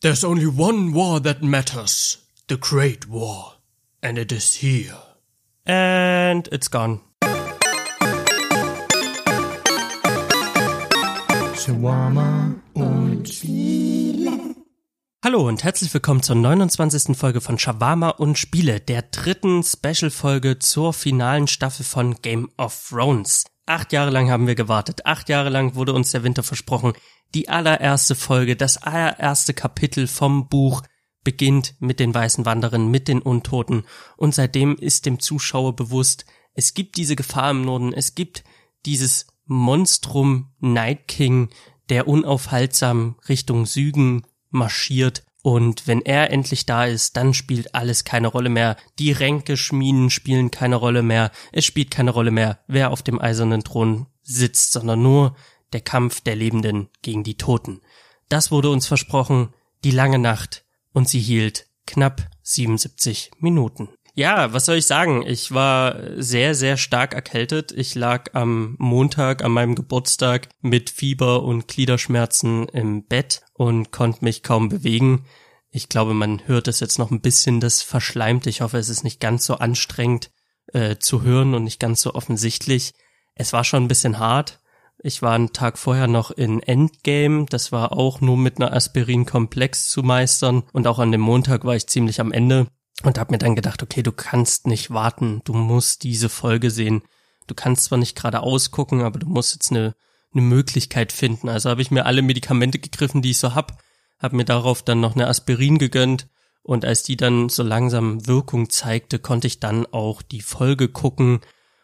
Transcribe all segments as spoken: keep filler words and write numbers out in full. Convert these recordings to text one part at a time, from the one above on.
There's only one war that matters. The Great War. And it is here. And it's gone. Shawarma und Spiele. Hallo und herzlich willkommen zur neunundzwanzigsten Folge von Shawarma und Spiele, der dritten Special-Folge zur finalen Staffel von Game of Thrones. Acht Jahre lang haben wir gewartet, acht Jahre lang wurde uns der Winter versprochen. Die allererste Folge, das allererste Kapitel vom Buch beginnt mit den Weißen Wanderern, mit den Untoten, und seitdem ist dem Zuschauer bewusst, es gibt diese Gefahr im Norden, es gibt dieses Monstrum Night King, der unaufhaltsam Richtung Süden marschiert, und wenn er endlich da ist, dann spielt alles keine Rolle mehr. Die Ränkeschmieden spielen keine Rolle mehr, es spielt keine Rolle mehr, wer auf dem eisernen Thron sitzt, sondern nur der Kampf der Lebenden gegen die Toten. Das wurde uns versprochen, die lange Nacht, und sie hielt knapp siebenundsiebzig Minuten. Ja, was soll ich sagen? Ich war sehr, sehr stark erkältet. Ich lag am Montag, an meinem Geburtstag, mit Fieber und Gliederschmerzen im Bett und konnte mich kaum bewegen. Ich glaube, man hört es jetzt noch ein bisschen, das verschleimt. Ich hoffe, es ist nicht ganz so anstrengend äh, zu hören und nicht ganz so offensichtlich. Es war schon ein bisschen hart. Ich war einen Tag vorher noch in Endgame. Das war auch nur mit einer Aspirin-Komplex zu meistern. Und auch an dem Montag war ich ziemlich am Ende. Und hab mir dann gedacht, okay, du kannst nicht warten, du musst diese Folge sehen. Du kannst zwar nicht gerade ausgucken, aber du musst jetzt eine, eine Möglichkeit finden. Also habe ich mir alle Medikamente gegriffen, die ich so hab, hab mir darauf dann noch eine Aspirin gegönnt, und als die dann so langsam Wirkung zeigte, konnte ich dann auch die Folge gucken.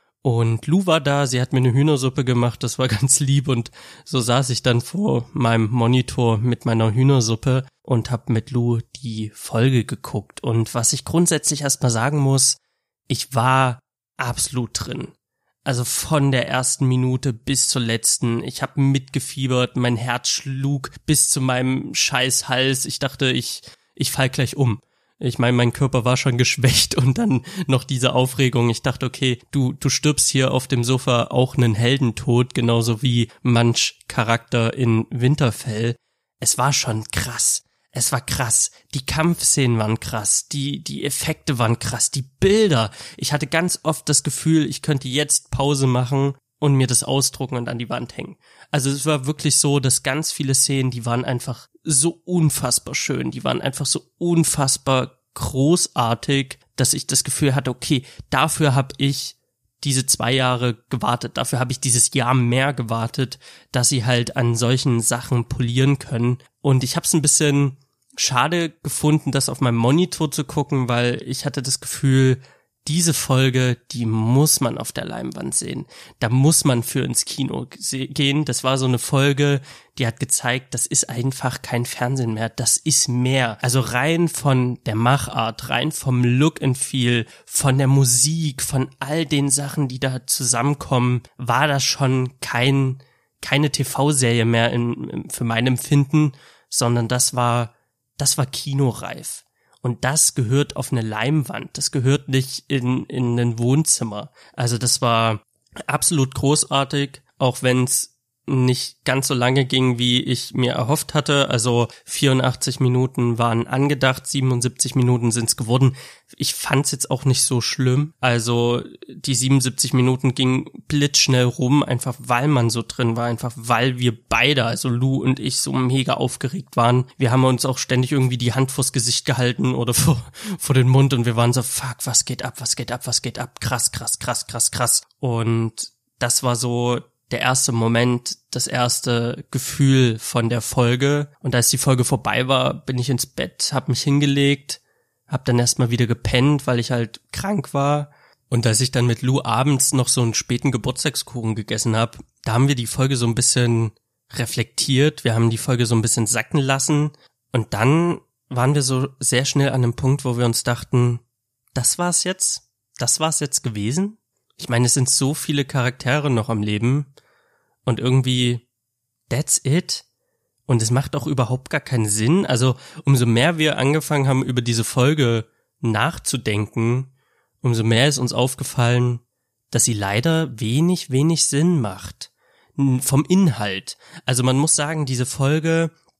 Und Lou war da, sie hat mir eine Hühnersuppe gemacht, das war ganz lieb, und so saß ich dann vor meinem Monitor mit meiner Hühnersuppe und hab mit Lou die Folge geguckt. Und was ich grundsätzlich erstmal sagen muss, ich war absolut drin. Also von der ersten Minute bis zur letzten, ich hab mitgefiebert, mein Herz schlug bis zu meinem scheiß Hals, ich dachte, ich, ich fall gleich um. Ich meine, mein Körper war schon geschwächt, und dann noch diese Aufregung. Ich dachte, okay, du du stirbst hier auf dem Sofa auch einen Heldentod, genauso wie manch Charakter in Winterfell. Es war schon krass. Es war krass. Die Kampfszenen waren krass. Die die Effekte waren krass. Die Bilder. Ich hatte ganz oft das Gefühl, ich könnte jetzt Pause machen und mir das ausdrucken und an die Wand hängen. Also es war wirklich so, dass ganz viele Szenen, die waren einfach so unfassbar schön, die waren einfach so unfassbar großartig, dass ich das Gefühl hatte, okay, dafür habe ich diese zwei Jahre gewartet, dafür habe ich dieses Jahr mehr gewartet, dass sie halt an solchen Sachen polieren können. Und ich habe es ein bisschen schade gefunden, das auf meinem Monitor zu gucken, weil ich hatte das Gefühl, diese Folge, die muss man auf der Leinwand sehen. Da muss man für ins Kino gehen. Das war so eine Folge, die hat gezeigt, das ist einfach kein Fernsehen mehr. Das ist mehr. Also rein von der Machart, rein vom Look and Feel, von der Musik, von all den Sachen, die da zusammenkommen, war das schon kein, keine T V-Serie mehr in, für mein Empfinden, sondern das war, das war kinoreif. Und das gehört auf eine Leinwand, das gehört nicht in in ein Wohnzimmer. Also das war absolut großartig, auch wenn es nicht ganz so lange ging, wie ich mir erhofft hatte. Also vierundachtzig Minuten waren angedacht, siebenundsiebzig Minuten sind es geworden. Ich fand es jetzt auch nicht so schlimm. Also die siebenundsiebzig Minuten gingen blitzschnell rum, einfach weil man so drin war, einfach weil wir beide, also Lou und ich, so mega aufgeregt waren. Wir haben uns auch ständig irgendwie die Hand vors Gesicht gehalten oder vor, vor den Mund, und wir waren so, fuck, was geht ab, was geht ab, was geht ab, krass, krass, krass, krass, krass. Und das war so der erste Moment, das erste Gefühl von der Folge. Und als die Folge vorbei war, bin ich ins Bett, hab mich hingelegt, hab dann erstmal wieder gepennt, weil ich halt krank war. Und als ich dann mit Lou abends noch so einen späten Geburtstagskuchen gegessen hab, da haben wir die Folge so ein bisschen reflektiert, wir haben die Folge so ein bisschen sacken lassen. Und dann waren wir so sehr schnell an einem Punkt, wo wir uns dachten, das war's jetzt? Das war's jetzt gewesen? Ich meine, es sind so viele Charaktere noch am Leben, und irgendwie, that's it. Und es macht auch überhaupt gar keinen Sinn. Also umso mehr wir angefangen haben, über diese Folge nachzudenken, umso mehr ist uns aufgefallen, dass sie leider wenig, wenig Sinn macht. Vom Inhalt. Also man muss sagen, diese Folge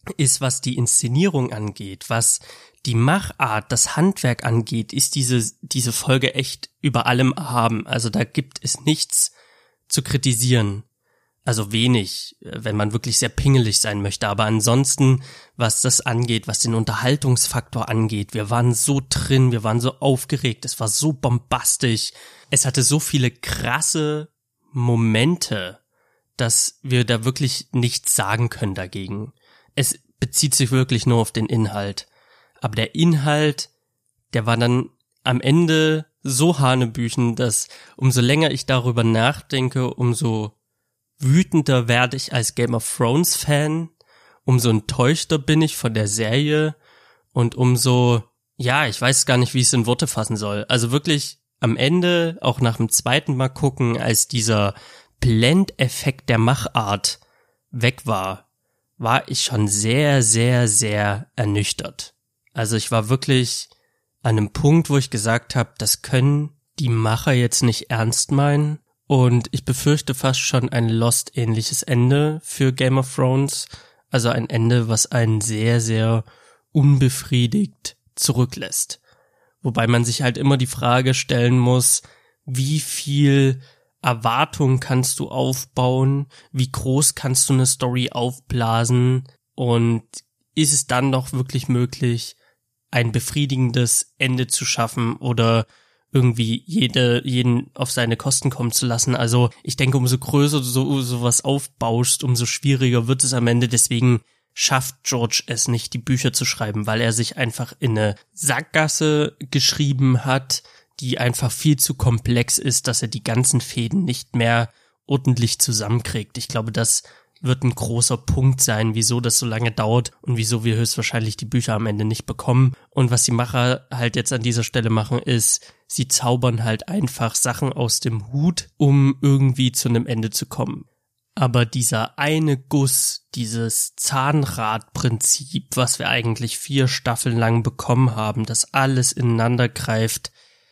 ist, was die Inszenierung angeht, was die Machart, das Handwerk angeht, ist diese, diese Folge echt über allem erhaben. Also da gibt es nichts zu kritisieren. Also wenig, wenn man wirklich sehr pingelig sein möchte. Aber ansonsten, was das angeht, was den Unterhaltungsfaktor angeht, wir waren so drin, wir waren so aufgeregt, es war so bombastisch. Es hatte so viele krasse Momente, dass wir da wirklich nichts sagen können dagegen. Es bezieht sich wirklich nur auf den Inhalt. Aber der Inhalt, der war dann am Ende so hanebüchen, dass umso länger ich darüber nachdenke, umso wütender werde ich als Game of Thrones Fan, umso enttäuschter bin ich von der Serie und umso, ja, ich weiß gar nicht, wie ich es in Worte fassen soll. Also wirklich am Ende, auch nach dem zweiten Mal gucken, als dieser Blendeffekt der Machart weg war, war ich schon sehr, sehr, sehr ernüchtert. Also ich war wirklich an einem Punkt, wo ich gesagt habe, das können die Macher jetzt nicht ernst meinen. Und ich befürchte fast schon ein Lost-ähnliches Ende für Game of Thrones. Also ein Ende, was einen sehr, sehr unbefriedigt zurücklässt. Wobei man sich halt immer die Frage stellen muss, wie viel Erwartung kannst du aufbauen? Wie groß kannst du eine Story aufblasen? Und ist es dann noch wirklich möglich, ein befriedigendes Ende zu schaffen oder irgendwie jede, jeden auf seine Kosten kommen zu lassen? Also ich denke, umso größer du so, sowas aufbaust, umso schwieriger wird es am Ende. Deswegen schafft George es nicht, die Bücher zu schreiben, weil er sich einfach in eine Sackgasse geschrieben hat, die einfach viel zu komplex ist, dass er die ganzen Fäden nicht mehr ordentlich zusammenkriegt. Ich glaube, das wird ein großer Punkt sein, wieso das so lange dauert und wieso wir höchstwahrscheinlich die Bücher am Ende nicht bekommen. Und was die Macher halt jetzt an dieser Stelle machen, ist, sie zaubern halt einfach Sachen aus dem Hut, um irgendwie zu einem Ende zu kommen. Aber dieser eine Guss, dieses Zahnradprinzip, was wir eigentlich vier Staffeln lang bekommen haben, das alles ineinander greift,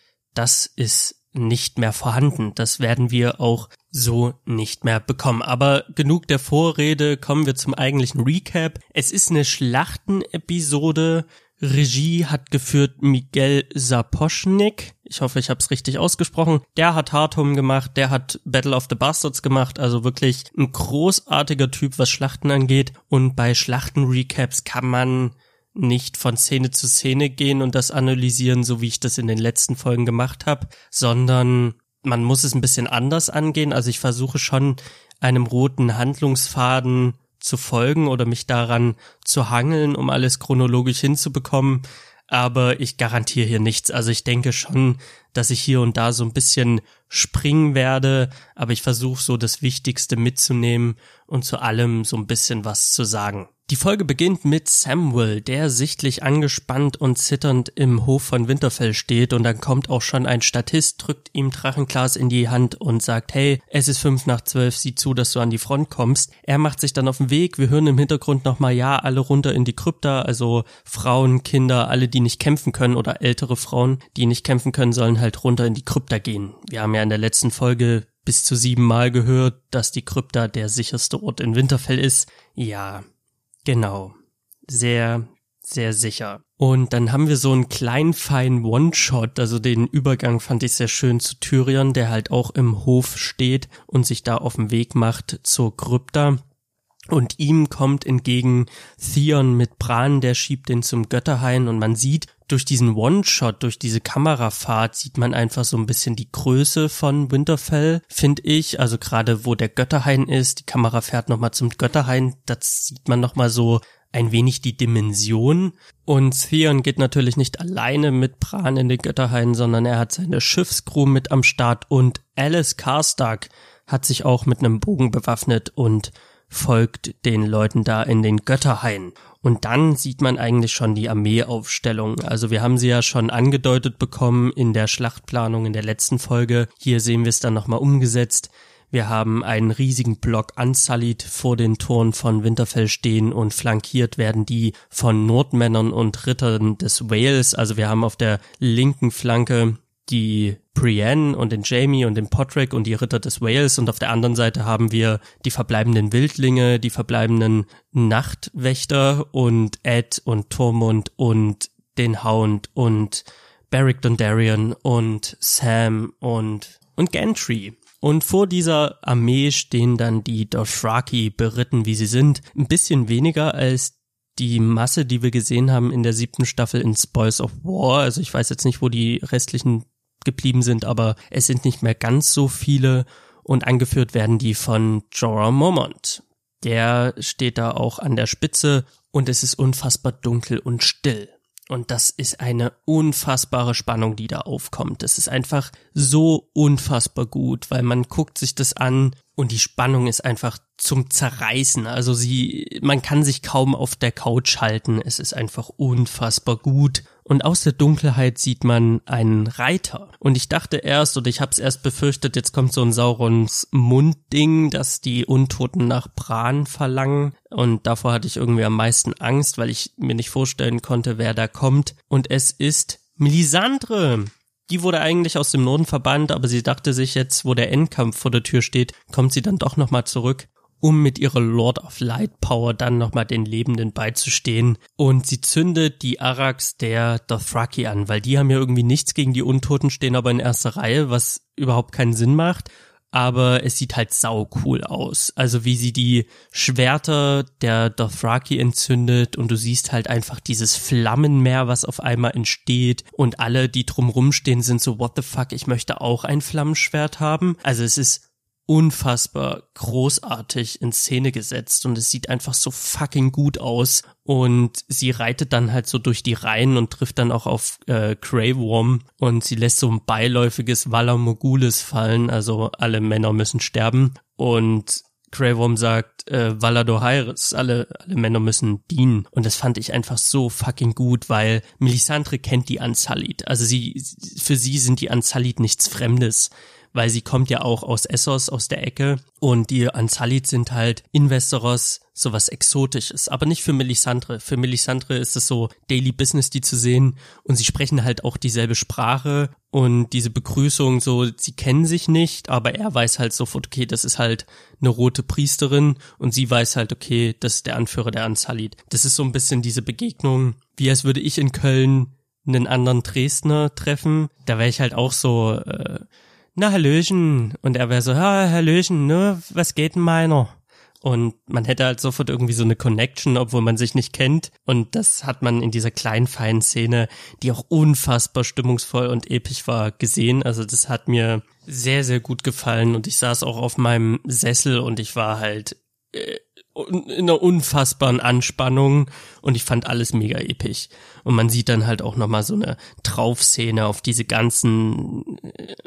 das ist nicht mehr vorhanden. Das werden wir auch so nicht mehr bekommen. Aber genug der Vorrede, kommen wir zum eigentlichen Recap. Es ist eine Schlachtenepisode. Regie hat geführt Miguel Sapochnik. Ich hoffe, ich habe es richtig ausgesprochen. Der hat Hard Home gemacht, der hat Battle of the Bastards gemacht. Also wirklich ein großartiger Typ, was Schlachten angeht. Und bei Schlachten-Recaps kann man nicht von Szene zu Szene gehen und das analysieren, so wie ich das in den letzten Folgen gemacht habe, sondern man muss es ein bisschen anders angehen. Also ich versuche schon, einem roten Handlungsfaden zu folgen oder mich daran zu hangeln, um alles chronologisch hinzubekommen, aber ich garantiere hier nichts. Also ich denke schon, dass ich hier und da so ein bisschen springen werde, aber ich versuche so das Wichtigste mitzunehmen und zu allem so ein bisschen was zu sagen. Die Folge beginnt mit Samwell, der sichtlich angespannt und zitternd im Hof von Winterfell steht, und dann kommt auch schon ein Statist, drückt ihm Drachenglas in die Hand und sagt, hey, es ist fünf nach zwölf, sieh zu, dass du an die Front kommst. Er macht sich dann auf den Weg, wir hören im Hintergrund nochmal, ja, alle runter in die Krypta, also Frauen, Kinder, alle, die nicht kämpfen können oder ältere Frauen, die nicht kämpfen können, sollen halt runter in die Krypta gehen. Wir haben ja in der letzten Folge bis zu sieben Mal gehört, dass die Krypta der sicherste Ort in Winterfell ist. Ja, genau. Sehr, sehr sicher. Und dann haben wir so einen kleinen, feinen One-Shot, also den Übergang fand ich sehr schön zu Tyrion, der halt auch im Hof steht und sich da auf den Weg macht zur Krypta. Und ihm kommt entgegen Theon mit Bran, der schiebt den zum Götterhain, und man sieht durch diesen One-Shot, durch diese Kamerafahrt, sieht man einfach so ein bisschen die Größe von Winterfell, finde ich. Also gerade wo der Götterhain ist, die Kamera fährt nochmal zum Götterhain, das sieht man nochmal so ein wenig die Dimension. Und Theon geht natürlich nicht alleine mit Bran in den Götterhain, sondern er hat seine Schiffscrew mit am Start, und Alice Karstark hat sich auch mit einem Bogen bewaffnet und folgt den Leuten da in den Götterhain. Und dann sieht man eigentlich schon die Armeeaufstellung. Also wir haben sie ja schon angedeutet bekommen in der Schlachtplanung in der letzten Folge. Hier sehen wir es dann nochmal umgesetzt. Wir haben einen riesigen Block Unsullied vor den Toren von Winterfell stehen, und flankiert werden die von Nordmännern und Rittern des Wales. Also wir haben auf der linken Flanke die Brienne und den Jaime und den Podrick und die Ritter des Wales und auf der anderen Seite haben wir die verbleibenden Wildlinge, die verbleibenden Nachtwächter und Ed und Tormund und den Hound und Beric Dondarrion und Sam und und Gantry. Und vor dieser Armee stehen dann die Dothraki beritten, wie sie sind, ein bisschen weniger als die Masse, die wir gesehen haben in der siebten Staffel in Spoils of War. Also ich weiß jetzt nicht, wo die restlichen geblieben sind, aber es sind nicht mehr ganz so viele und angeführt werden die von Jorah Mormont. Der steht da auch an der Spitze und es ist unfassbar dunkel und still. Und das ist eine unfassbare Spannung, die da aufkommt. Das ist einfach so unfassbar gut, weil man guckt sich das an und die Spannung ist einfach zum Zerreißen. Also sie, man kann sich kaum auf der Couch halten. Es ist einfach unfassbar gut. Und aus der Dunkelheit sieht man einen Reiter. Und ich dachte erst, oder ich habe es erst befürchtet, jetzt kommt so ein Saurons Mundding, dass die Untoten nach Bran verlangen. Und davor hatte ich irgendwie am meisten Angst, weil ich mir nicht vorstellen konnte, wer da kommt. Und es ist Melisandre. Die wurde eigentlich aus dem Norden verbannt, aber sie dachte sich jetzt, wo der Endkampf vor der Tür steht, kommt sie dann doch nochmal zurück, um mit ihrer Lord of Light Power dann nochmal den Lebenden beizustehen. Und sie zündet die Arrax der Dothraki an, weil die haben ja irgendwie nichts gegen die Untoten, stehen aber in erster Reihe, was überhaupt keinen Sinn macht. Aber es sieht halt sau cool aus. Also wie sie die Schwerter der Dothraki entzündet und du siehst halt einfach dieses Flammenmeer, was auf einmal entsteht und alle, die drumrum stehen, sind so, what the fuck, ich möchte auch ein Flammenschwert haben. Also es ist unfassbar großartig in Szene gesetzt und es sieht einfach so fucking gut aus und sie reitet dann halt so durch die Reihen und trifft dann auch auf äh, Grey Worm und sie lässt so ein beiläufiges Valar Morghulis fallen, also alle Männer müssen sterben und Grey Worm sagt äh, Valar Dohaeris, alle alle Männer müssen dienen und das fand ich einfach so fucking gut, weil Melisandre kennt die Unsullied, also sie für sie sind die Unsullied nichts Fremdes, weil sie kommt ja auch aus Essos, aus der Ecke und die Unsullied sind halt in Westeros sowas Exotisches, aber nicht für Melisandre. Für Melisandre ist es so Daily Business, die zu sehen und sie sprechen halt auch dieselbe Sprache und diese Begrüßung so, sie kennen sich nicht, aber er weiß halt sofort, okay, das ist halt eine rote Priesterin und sie weiß halt, okay, das ist der Anführer der Unsullied. Das ist so ein bisschen diese Begegnung, wie als würde ich in Köln einen anderen Dresdner treffen, da wäre ich halt auch so, äh, na, Hallöchen. Und er wäre so, ja, Hallöchen, ne, was geht denn meiner? Und man hätte halt sofort irgendwie so eine Connection, obwohl man sich nicht kennt. Und das hat man in dieser kleinen, feinen Szene, die auch unfassbar stimmungsvoll und episch war, gesehen. Also das hat mir sehr, sehr gut gefallen. Und ich saß auch auf meinem Sessel und ich war halt äh, in einer unfassbaren Anspannung und ich fand alles mega episch. Und man sieht dann halt auch nochmal so eine Traufszene auf diese ganzen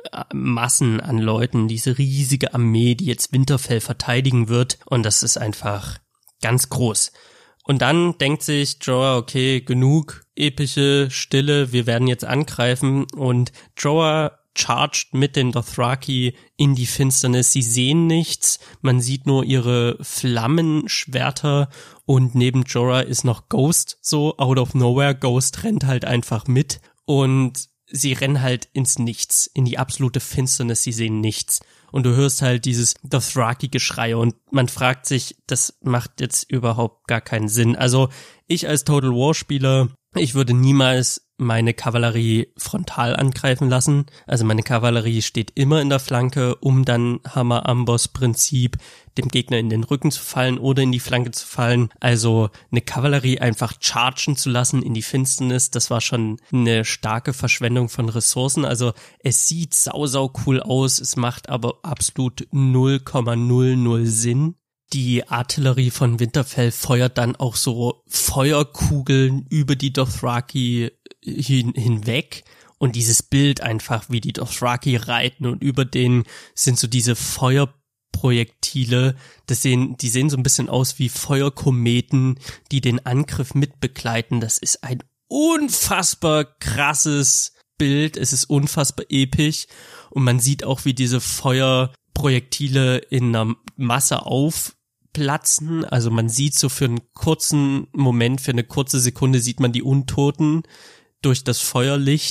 Massen an Leuten, diese riesige Armee, die jetzt Winterfell verteidigen wird und das ist einfach ganz groß. Und dann denkt sich Jorah, okay, genug epische Stille, wir werden jetzt angreifen und Jorah charged mit den Dothraki in die Finsternis. Sie sehen nichts, man sieht nur ihre Flammenschwerter und neben Jorah ist noch Ghost, so out of nowhere. Ghost rennt halt einfach mit und sie rennen halt ins Nichts, in die absolute Finsternis, sie sehen nichts. Und du hörst halt dieses Dothraki-Geschrei und man fragt sich, das macht jetzt überhaupt gar keinen Sinn. Also ich als Total War-Spieler, ich würde niemals meine Kavallerie frontal angreifen lassen. Also meine Kavallerie steht immer in der Flanke, um dann Hammer-Amboss-Prinzip dem Gegner in den Rücken zu fallen oder in die Flanke zu fallen. Also eine Kavallerie einfach chargen zu lassen in die Finsternis, das war schon eine starke Verschwendung von Ressourcen. Also es sieht sau, sau cool aus, es macht aber absolut null Komma null null Sinn. Die Artillerie von Winterfell feuert dann auch so Feuerkugeln über die Dothraki hin, hinweg und dieses Bild einfach, wie die Dothraki reiten und über denen sind so diese Feuerprojektile, das sehen, die sehen so ein bisschen aus wie Feuerkometen, die den Angriff mitbegleiten. Das ist ein unfassbar krasses Bild, es ist unfassbar episch und man sieht auch, wie diese Feuerprojektile in einer Masse auf platzen, also man sieht so für einen kurzen Moment, für eine kurze Sekunde sieht man die Untoten durch das Feuerlicht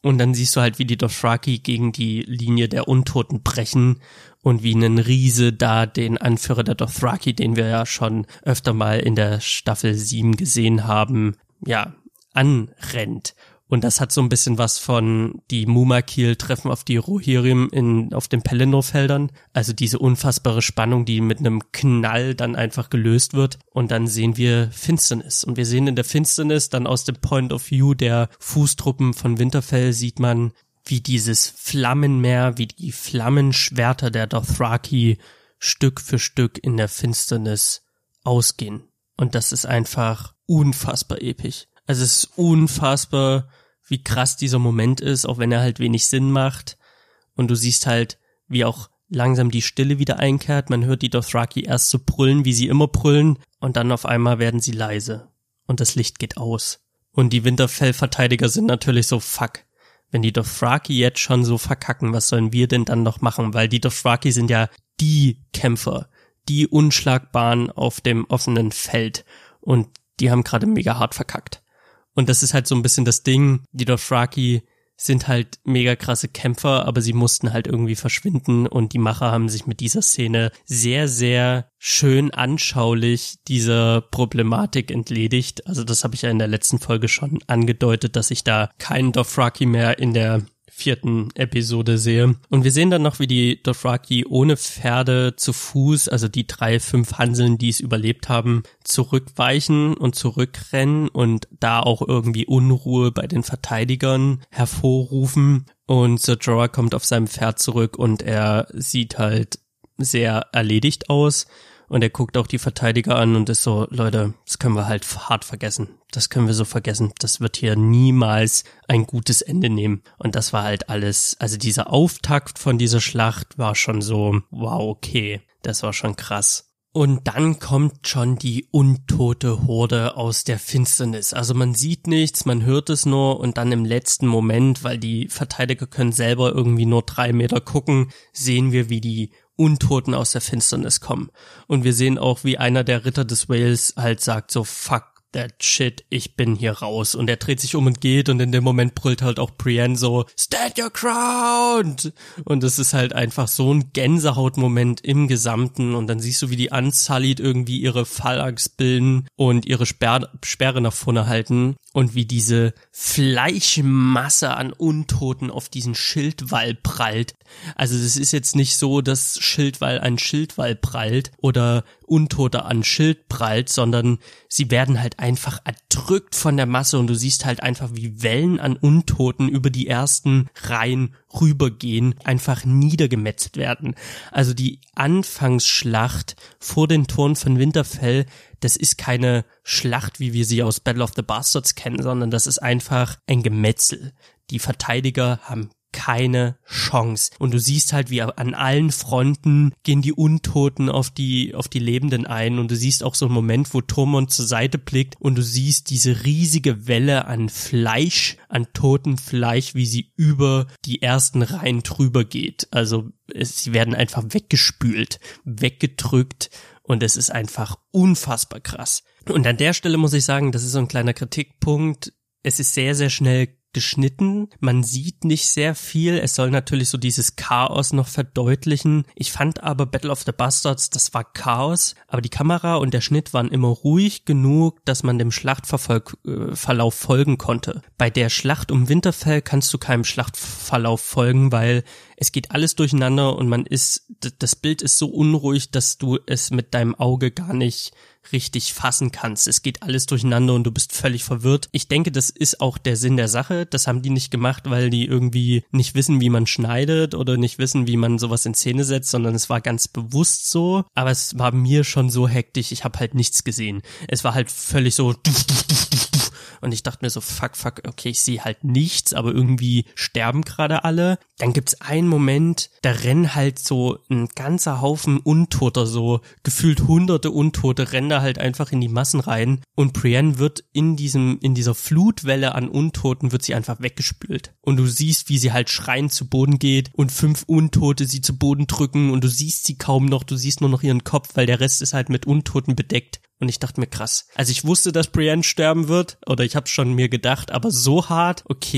Und dann siehst du halt, wie die Dothraki gegen die Linie der Untoten brechen und wie ein Riese da den Anführer der Dothraki, den wir ja schon öfter mal in der Staffel sieben gesehen haben, ja, anrennt. Und das hat so ein bisschen was von die Mumakil treffen auf die Rohirrim in auf den Pelennor-Feldern. Also diese unfassbare Spannung, die mit einem Knall dann einfach gelöst wird. Und dann sehen wir Finsternis. Und wir sehen in der Finsternis dann aus dem Point of View der Fußtruppen von Winterfell sieht man, wie dieses Flammenmeer, wie die Flammenschwerter der Dothraki Stück für Stück in der Finsternis ausgehen. Und das ist einfach unfassbar episch. Also es ist unfassbar, wie krass dieser Moment ist, auch wenn er halt wenig Sinn macht. Und du siehst halt, wie auch langsam die Stille wieder einkehrt. Man hört die Dothraki erst so brüllen, wie sie immer brüllen. Und dann auf einmal werden sie leise. Und das Licht geht aus. Und die Winterfell-Verteidiger sind natürlich so, fuck. Wenn die Dothraki jetzt schon so verkacken, was sollen wir denn dann noch machen? Weil die Dothraki sind ja die Kämpfer, die Unschlagbaren auf dem offenen Feld. Und die haben gerade mega hart verkackt. Und das ist halt so ein bisschen das Ding, die Dothraki sind halt mega krasse Kämpfer, aber sie mussten halt irgendwie verschwinden und die Macher haben sich mit dieser Szene sehr, sehr schön anschaulich dieser Problematik entledigt. Also das habe ich ja in der letzten Folge schon angedeutet, dass ich da keinen Dothraki mehr in der vierten Episode sehe. Und wir sehen dann noch, wie die Dothraki ohne Pferde zu Fuß, also die drei, fünf Hanseln, die es überlebt haben, zurückweichen und zurückrennen und da auch irgendwie Unruhe bei den Verteidigern hervorrufen. Und Ser Jorah kommt auf seinem Pferd zurück und er sieht halt sehr erledigt aus. Und er guckt auch die Verteidiger an und ist so, Leute, das können wir halt hart vergessen. Das können wir so vergessen. Das wird hier niemals ein gutes Ende nehmen. Und das war halt alles, also dieser Auftakt von dieser Schlacht war schon so, wow, okay, das war schon krass. Und dann kommt schon die untote Horde aus der Finsternis. Also man sieht nichts, man hört es nur und dann im letzten Moment, weil die Verteidiger können selber irgendwie nur drei Meter gucken, sehen wir, wie die Untoten aus der Finsternis kommen. Und wir sehen auch, wie einer der Ritter des Whales halt sagt so, fuck that shit, ich bin hier raus. Und er dreht sich um und geht und in dem Moment brüllt halt auch Brienne so, stand your ground! Und es ist halt einfach so ein Gänsehautmoment im Gesamten und dann siehst du, wie die Unsullied irgendwie ihre Phalanx bilden und ihre Sperr- Sperre nach vorne halten und wie diese Fleischmasse an Untoten auf diesen Schildwall prallt. Also das ist jetzt nicht so, dass Schildwall an Schildwall prallt oder Untote an Schild prallt, sondern sie werden halt einfach erdrückt von der Masse und du siehst halt einfach, wie Wellen an Untoten über die ersten Reihen rübergehen, einfach niedergemetzelt werden. Also die Anfangsschlacht vor den Toren von Winterfell, das ist keine Schlacht, wie wir sie aus Battle of the Bastards kennen, sondern das ist einfach ein Gemetzel. Die Verteidiger haben keine Chance. Und du siehst halt, wie an allen Fronten gehen die Untoten auf die auf die Lebenden ein und du siehst auch so einen Moment, wo Tormund zur Seite blickt und du siehst diese riesige Welle an Fleisch, an totem Fleisch, wie sie über die ersten Reihen drüber geht. Also es, sie werden einfach weggespült, weggedrückt und es ist einfach unfassbar krass. Und an der Stelle muss ich sagen, das ist so ein kleiner Kritikpunkt. Es ist sehr, sehr schnell geschnitten. Man sieht nicht sehr viel. Es soll natürlich so dieses Chaos noch verdeutlichen. Ich fand aber Battle of the Bastards, das war Chaos, aber die Kamera und der Schnitt waren immer ruhig genug, dass man dem Schlachtverlauf folgen konnte. Bei der Schlacht um Winterfell kannst du keinem Schlachtverlauf folgen, weil es geht alles durcheinander und man ist, das Bild ist so unruhig, dass du es mit deinem Auge gar nicht richtig fassen kannst. Es geht alles durcheinander und du bist völlig verwirrt. Ich denke, das ist auch der Sinn der Sache. Das haben die nicht gemacht, weil die irgendwie nicht wissen, wie man schneidet oder nicht wissen, wie man sowas in Szene setzt, sondern es war ganz bewusst so. Aber es war mir schon so hektisch, ich habe halt nichts gesehen. Es war halt völlig so und ich dachte mir so, fuck, fuck, okay, ich sehe halt nichts, aber irgendwie sterben gerade alle. Dann gibt's einen Moment, da rennen halt so ein ganzer Haufen Untoter, so gefühlt hunderte Untote, rennen da halt einfach in die Massen rein und Brienne wird in diesem, in dieser Flutwelle an Untoten wird sie einfach weggespült. Und du siehst, wie sie halt schreiend zu Boden geht und fünf Untote sie zu Boden drücken und du siehst sie kaum noch, du siehst nur noch ihren Kopf, weil der Rest ist halt mit Untoten bedeckt. Und ich dachte mir, krass. Also ich wusste, dass Brienne sterben wird, oder ich hab's schon mir gedacht, aber so hart, okay,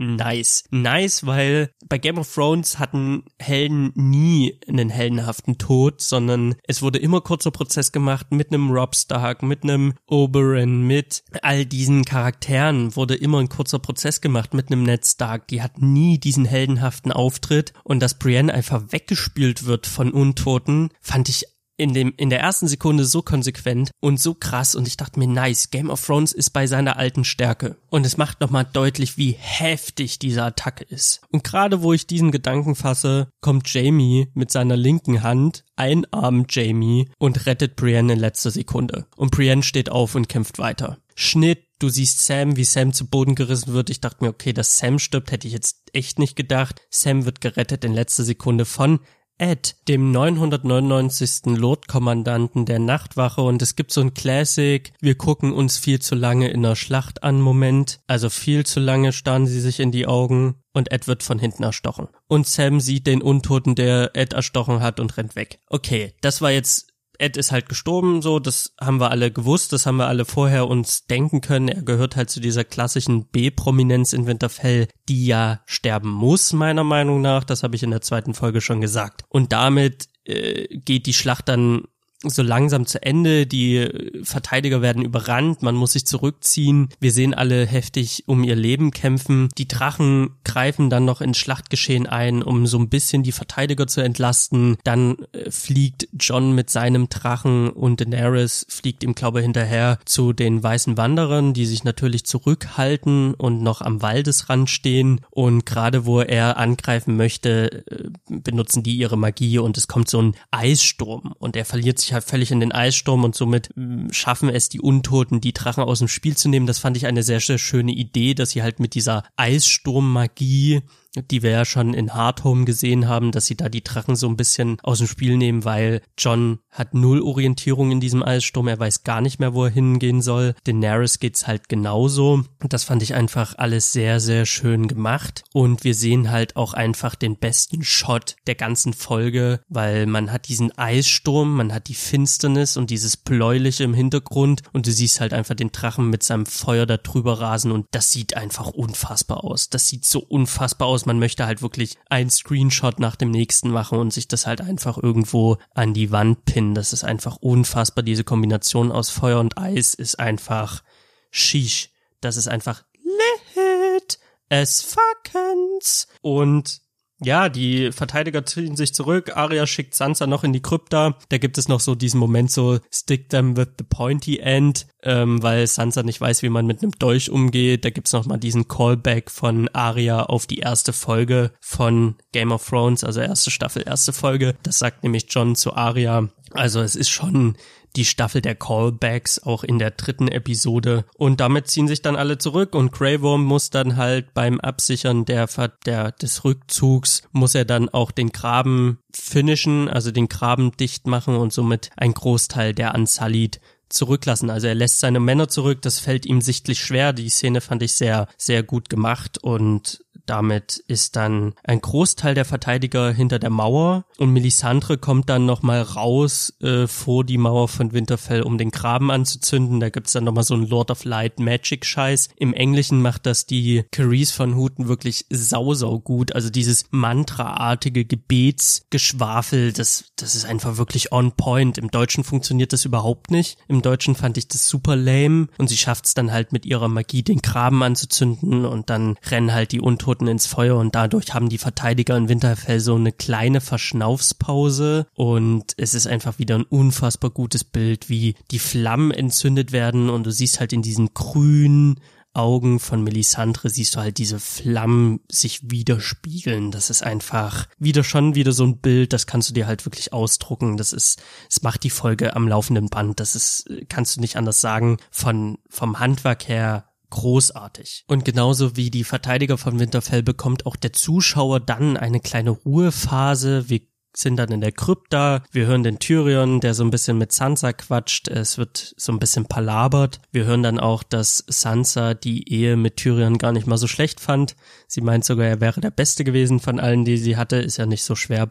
nice. Nice, weil bei Game of Thrones hatten Helden nie einen heldenhaften Tod, sondern es wurde immer kurzer Prozess gemacht mit einem Robb Stark, mit einem Oberyn, mit all diesen Charakteren wurde immer ein kurzer Prozess gemacht mit einem Ned Stark. Die hat nie diesen heldenhaften Auftritt und dass Brienne einfach weggespült wird von Untoten, fand ich in dem in der ersten Sekunde so konsequent und so krass und ich dachte mir, nice, Game of Thrones ist bei seiner alten Stärke und es macht nochmal deutlich, wie heftig diese Attacke ist. Und gerade wo ich diesen Gedanken fasse, kommt Jaime mit seiner linken Hand, einarmt Jaime und rettet Brienne in letzter Sekunde. Und Brienne steht auf und kämpft weiter. Schnitt, du siehst Sam, wie Sam zu Boden gerissen wird. Ich dachte mir, okay, dass Sam stirbt, hätte ich jetzt echt nicht gedacht. Sam wird gerettet in letzter Sekunde von Ed, dem neunhundertneunundneunzigsten Lordkommandanten der Nachtwache und es gibt so ein Classic, wir gucken uns viel zu lange in der Schlacht an Moment, also viel zu lange starren sie sich in die Augen und Ed wird von hinten erstochen. Und Sam sieht den Untoten, der Ed erstochen hat und rennt weg. Okay, das war jetzt, Ed ist halt gestorben, so, das haben wir alle gewusst, das haben wir alle vorher uns denken können. Er gehört halt zu dieser klassischen B-Prominenz in Winterfell, die ja sterben muss, meiner Meinung nach. Das habe ich in der zweiten Folge schon gesagt. Und damit äh, geht die Schlacht dann so langsam zu Ende, die Verteidiger werden überrannt, man muss sich zurückziehen, wir sehen alle heftig um ihr Leben kämpfen, die Drachen greifen dann noch ins Schlachtgeschehen ein, um so ein bisschen die Verteidiger zu entlasten, dann äh, fliegt Jon mit seinem Drachen und Daenerys fliegt ihm, glaube ich, hinterher zu den weißen Wanderern, die sich natürlich zurückhalten und noch am Waldesrand stehen und gerade wo er angreifen möchte, äh, benutzen die ihre Magie und es kommt so ein Eissturm und er verliert sich halt völlig in den Eissturm und somit schaffen es die Untoten, die Drachen aus dem Spiel zu nehmen. Das fand ich eine sehr, sehr schöne Idee, dass sie halt mit dieser Eissturm-Magie, die wir ja schon in Hardhome gesehen haben, dass sie da die Drachen so ein bisschen aus dem Spiel nehmen, weil Jon hat null Orientierung in diesem Eissturm, er weiß gar nicht mehr, wo er hingehen soll. Daenerys geht's halt genauso. Und das fand ich einfach alles sehr, sehr schön gemacht. Und wir sehen halt auch einfach den besten Shot der ganzen Folge, weil man hat diesen Eissturm, man hat die Finsternis und dieses Bläuliche im Hintergrund und du siehst halt einfach den Drachen mit seinem Feuer da drüber rasen und das sieht einfach unfassbar aus. Das sieht so unfassbar aus. Man möchte halt wirklich einen Screenshot nach dem nächsten machen und sich das halt einfach irgendwo an die Wand pinnen. Das ist einfach unfassbar. Diese Kombination aus Feuer und Eis ist einfach sheesh. Das ist einfach lit as fuckens. Und ja, die Verteidiger ziehen sich zurück, Arya schickt Sansa noch in die Krypta, da gibt es noch so diesen Moment so, stick them with the pointy end, ähm, weil Sansa nicht weiß, wie man mit einem Dolch umgeht, da gibt's noch mal diesen Callback von Arya auf die erste Folge von Game of Thrones, also erste Staffel, erste Folge, das sagt nämlich Jon zu Arya, also es ist schon die Staffel der Callbacks, auch in der dritten Episode. Und damit ziehen sich dann alle zurück und Grey Worm muss dann halt beim Absichern der, der des Rückzugs, muss er dann auch den Graben finishen, also den Graben dicht machen und somit ein Großteil der Unsullied zurücklassen. Also er lässt seine Männer zurück, das fällt ihm sichtlich schwer. Die Szene fand ich sehr, sehr gut gemacht und damit ist dann ein Großteil der Verteidiger hinter der Mauer und Melisandre kommt dann nochmal raus äh, vor die Mauer von Winterfell, um den Graben anzuzünden. Da gibt's dann nochmal so einen Lord of Light Magic Scheiß. Im Englischen macht das die Carice von Houten wirklich sau, sau gut. Also dieses mantraartige Gebetsgeschwafel, das, das ist einfach wirklich on point. Im Deutschen funktioniert das überhaupt nicht. Im Deutschen fand ich das super lame und sie schafft's dann halt mit ihrer Magie den Graben anzuzünden und dann rennen halt die Untoten ins Feuer und dadurch haben die Verteidiger in Winterfell so eine kleine Verschnaufspause und es ist einfach wieder ein unfassbar gutes Bild, wie die Flammen entzündet werden und du siehst halt in diesen grünen Augen von Melisandre siehst du halt diese Flammen sich widerspiegeln. Das ist einfach wieder schon wieder so ein Bild, das kannst du dir halt wirklich ausdrucken. Das ist, es macht die Folge am laufenden Band. Das ist, kannst du nicht anders sagen, von, vom Handwerk her großartig. Und genauso wie die Verteidiger von Winterfell bekommt auch der Zuschauer dann eine kleine Ruhephase. Wir sind dann in der Krypta, wir hören den Tyrion, der so ein bisschen mit Sansa quatscht, es wird so ein bisschen palabert. Wir hören dann auch, dass Sansa die Ehe mit Tyrion gar nicht mal so schlecht fand. Sie meint sogar, er wäre der Beste gewesen von allen, die sie hatte. Ist ja nicht so schwer bei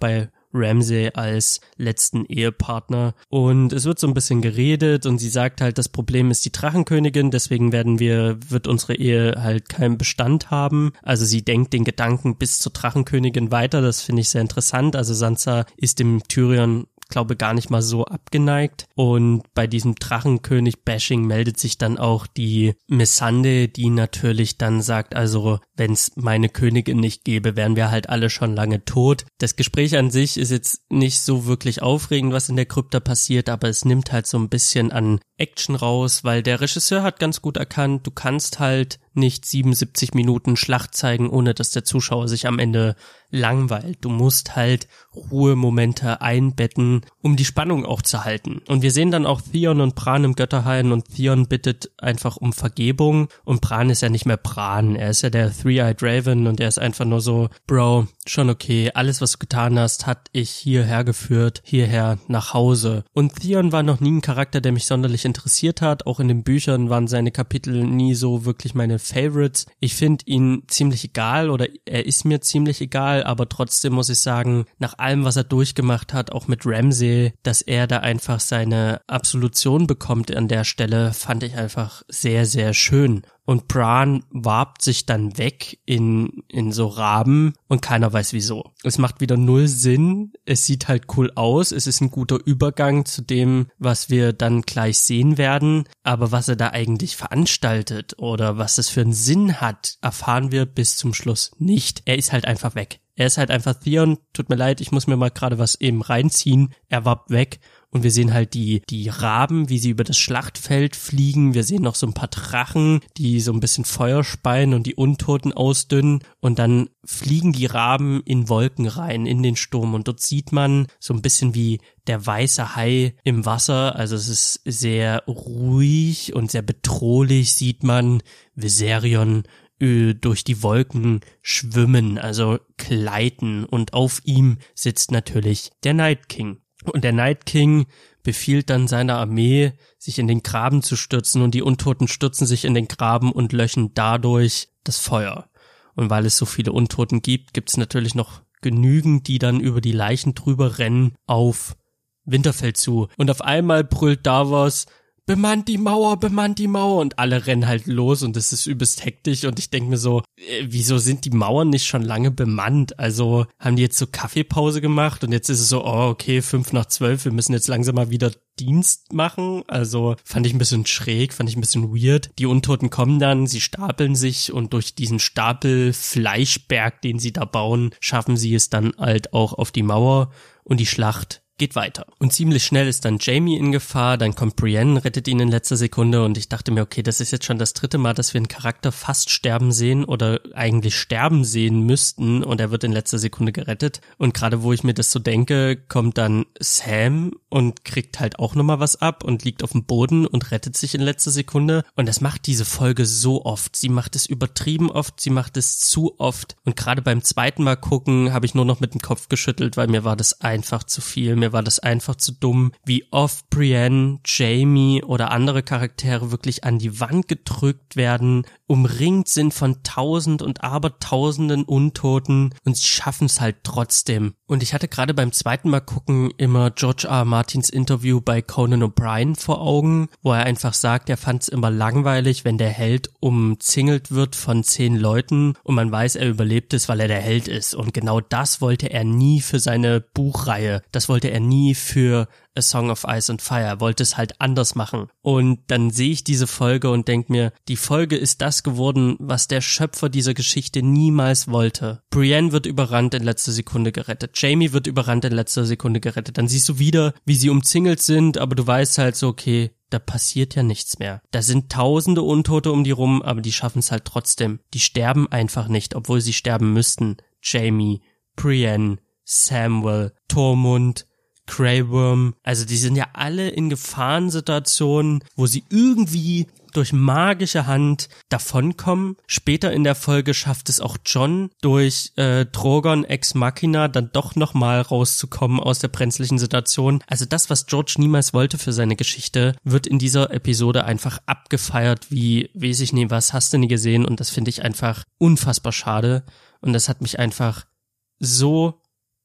Ramsay als letzten Ehepartner. Und es wird so ein bisschen geredet und sie sagt halt, das Problem ist die Drachenkönigin, deswegen werden wir, wird unsere Ehe halt keinen Bestand haben. Also sie denkt den Gedanken bis zur Drachenkönigin weiter, das finde ich sehr interessant. Also Sansa ist dem Tyrion, glaube gar nicht mal so abgeneigt. Und bei diesem Drachenkönig-Bashing meldet sich dann auch die Missandei, die natürlich dann sagt, also wenn es meine Königin nicht gäbe, wären wir halt alle schon lange tot. Das Gespräch an sich ist jetzt nicht so wirklich aufregend, was in der Krypta passiert, aber es nimmt halt so ein bisschen an Action raus, weil der Regisseur hat ganz gut erkannt, du kannst halt nicht siebenundsiebzig Minuten Schlacht zeigen, ohne dass der Zuschauer sich am Ende langweilt. Du musst halt Ruhemomente einbetten, um die Spannung auch zu halten. Und wir sehen dann auch Theon und Bran im Götterhain und Theon bittet einfach um Vergebung und Bran ist ja nicht mehr Bran, er ist ja der Three-Eyed Raven und er ist einfach nur so, Bro, schon okay, alles was du getan hast, hat ich hierher geführt, hierher nach Hause. Und Theon war noch nie ein Charakter, der mich sonderlich interessiert hat, auch in den Büchern waren seine Kapitel nie so wirklich meine Favorites. Ich finde ihn ziemlich egal oder er ist mir ziemlich egal, aber trotzdem muss ich sagen, nach allem, was er durchgemacht hat, auch mit Ramsay, dass er da einfach seine Absolution bekommt an der Stelle, fand ich einfach sehr, sehr schön. Und Bran warbt sich dann weg in in so Raben und keiner weiß wieso. Es macht wieder null Sinn, es sieht halt cool aus, es ist ein guter Übergang zu dem, was wir dann gleich sehen werden, aber was er da eigentlich veranstaltet oder was es für einen Sinn hat, erfahren wir bis zum Schluss nicht. Er ist halt einfach weg. Er ist halt einfach Theon, tut mir leid, ich muss mir mal gerade was eben reinziehen, er warbt weg. Und wir sehen halt die die Raben, wie sie über das Schlachtfeld fliegen. Wir sehen noch so ein paar Drachen, die so ein bisschen Feuer speien und die Untoten ausdünnen. Und dann fliegen die Raben in Wolken rein, in den Sturm. Und dort sieht man so ein bisschen wie der weiße Hai im Wasser. Also es ist sehr ruhig und sehr bedrohlich, sieht man Viserion durch die Wolken schwimmen, also gleiten. Und auf ihm sitzt natürlich der Night King. Und der Night King befiehlt dann seiner Armee, sich in den Graben zu stürzen und die Untoten stürzen sich in den Graben und löschen dadurch das Feuer. Und weil es so viele Untoten gibt, gibt es natürlich noch genügend, die dann über die Leichen drüber rennen auf Winterfell zu. Und auf einmal brüllt Davos, bemannt die Mauer, bemannt die Mauer und alle rennen halt los und es ist übelst hektisch und ich denke mir so, äh, wieso sind die Mauern nicht schon lange bemannt? Also haben die jetzt so Kaffeepause gemacht und jetzt ist es so, oh okay, fünf nach zwölf, wir müssen jetzt langsam mal wieder Dienst machen. Also fand ich ein bisschen schräg, fand ich ein bisschen weird. Die Untoten kommen dann, sie stapeln sich und durch diesen Stapel Fleischberg, den sie da bauen, schaffen sie es dann halt auch auf die Mauer und die Schlacht geht weiter. Und ziemlich schnell ist dann Jaime in Gefahr, dann kommt Brienne, rettet ihn in letzter Sekunde und ich dachte mir, okay, das ist jetzt schon das dritte Mal, dass wir einen Charakter fast sterben sehen oder eigentlich sterben sehen müssten und er wird in letzter Sekunde gerettet. Und gerade wo ich mir das so denke, kommt dann Sam und kriegt halt auch nochmal was ab und liegt auf dem Boden und rettet sich in letzter Sekunde. Und das macht diese Folge so oft. Sie macht es übertrieben oft, sie macht es zu oft. Und gerade beim zweiten Mal gucken, habe ich nur noch mit dem Kopf geschüttelt, weil mir war das einfach zu viel. Mir war das einfach zu dumm, wie oft Brienne, Jaime oder andere Charaktere wirklich an die Wand gedrückt werden, umringt sind von tausend und abertausenden Untoten und sie schaffen es halt trotzdem. Und ich hatte gerade beim zweiten Mal gucken immer George R. R. Martins Interview bei Conan O'Brien vor Augen, wo er einfach sagt, er fand es immer langweilig, wenn der Held umzingelt wird von zehn Leuten und man weiß, er überlebt es, weil er der Held ist. Und genau das wollte er nie für seine Buchreihe. Das wollte er nie für A Song of Ice and Fire. Er wollte es halt anders machen. Und dann sehe ich diese Folge und denke mir, die Folge ist das geworden, was der Schöpfer dieser Geschichte niemals wollte. Brienne wird überrannt in letzter Sekunde gerettet. Jaime wird überrannt in letzter Sekunde gerettet. Dann siehst du wieder, wie sie umzingelt sind, aber du weißt halt so, okay, da passiert ja nichts mehr. Da sind tausende Untote um die rum, aber die schaffen es halt trotzdem. Die sterben einfach nicht, obwohl sie sterben müssten. Jaime, Brienne, Samwell, Tormund, Grey Worm, also die sind ja alle in Gefahrensituationen, wo sie irgendwie durch magische Hand davonkommen. Später in der Folge schafft es auch Jon durch äh, Drogon Ex Machina dann doch nochmal rauszukommen aus der brenzlichen Situation. Also das, was George niemals wollte für seine Geschichte, wird in dieser Episode einfach abgefeiert wie, weiß ich nie, was hast du nie gesehen, und das finde ich einfach unfassbar schade und das hat mich einfach so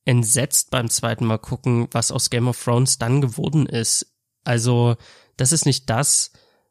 entsetzt beim zweiten Mal gucken, was aus Game of Thrones dann geworden ist. Also das ist nicht das,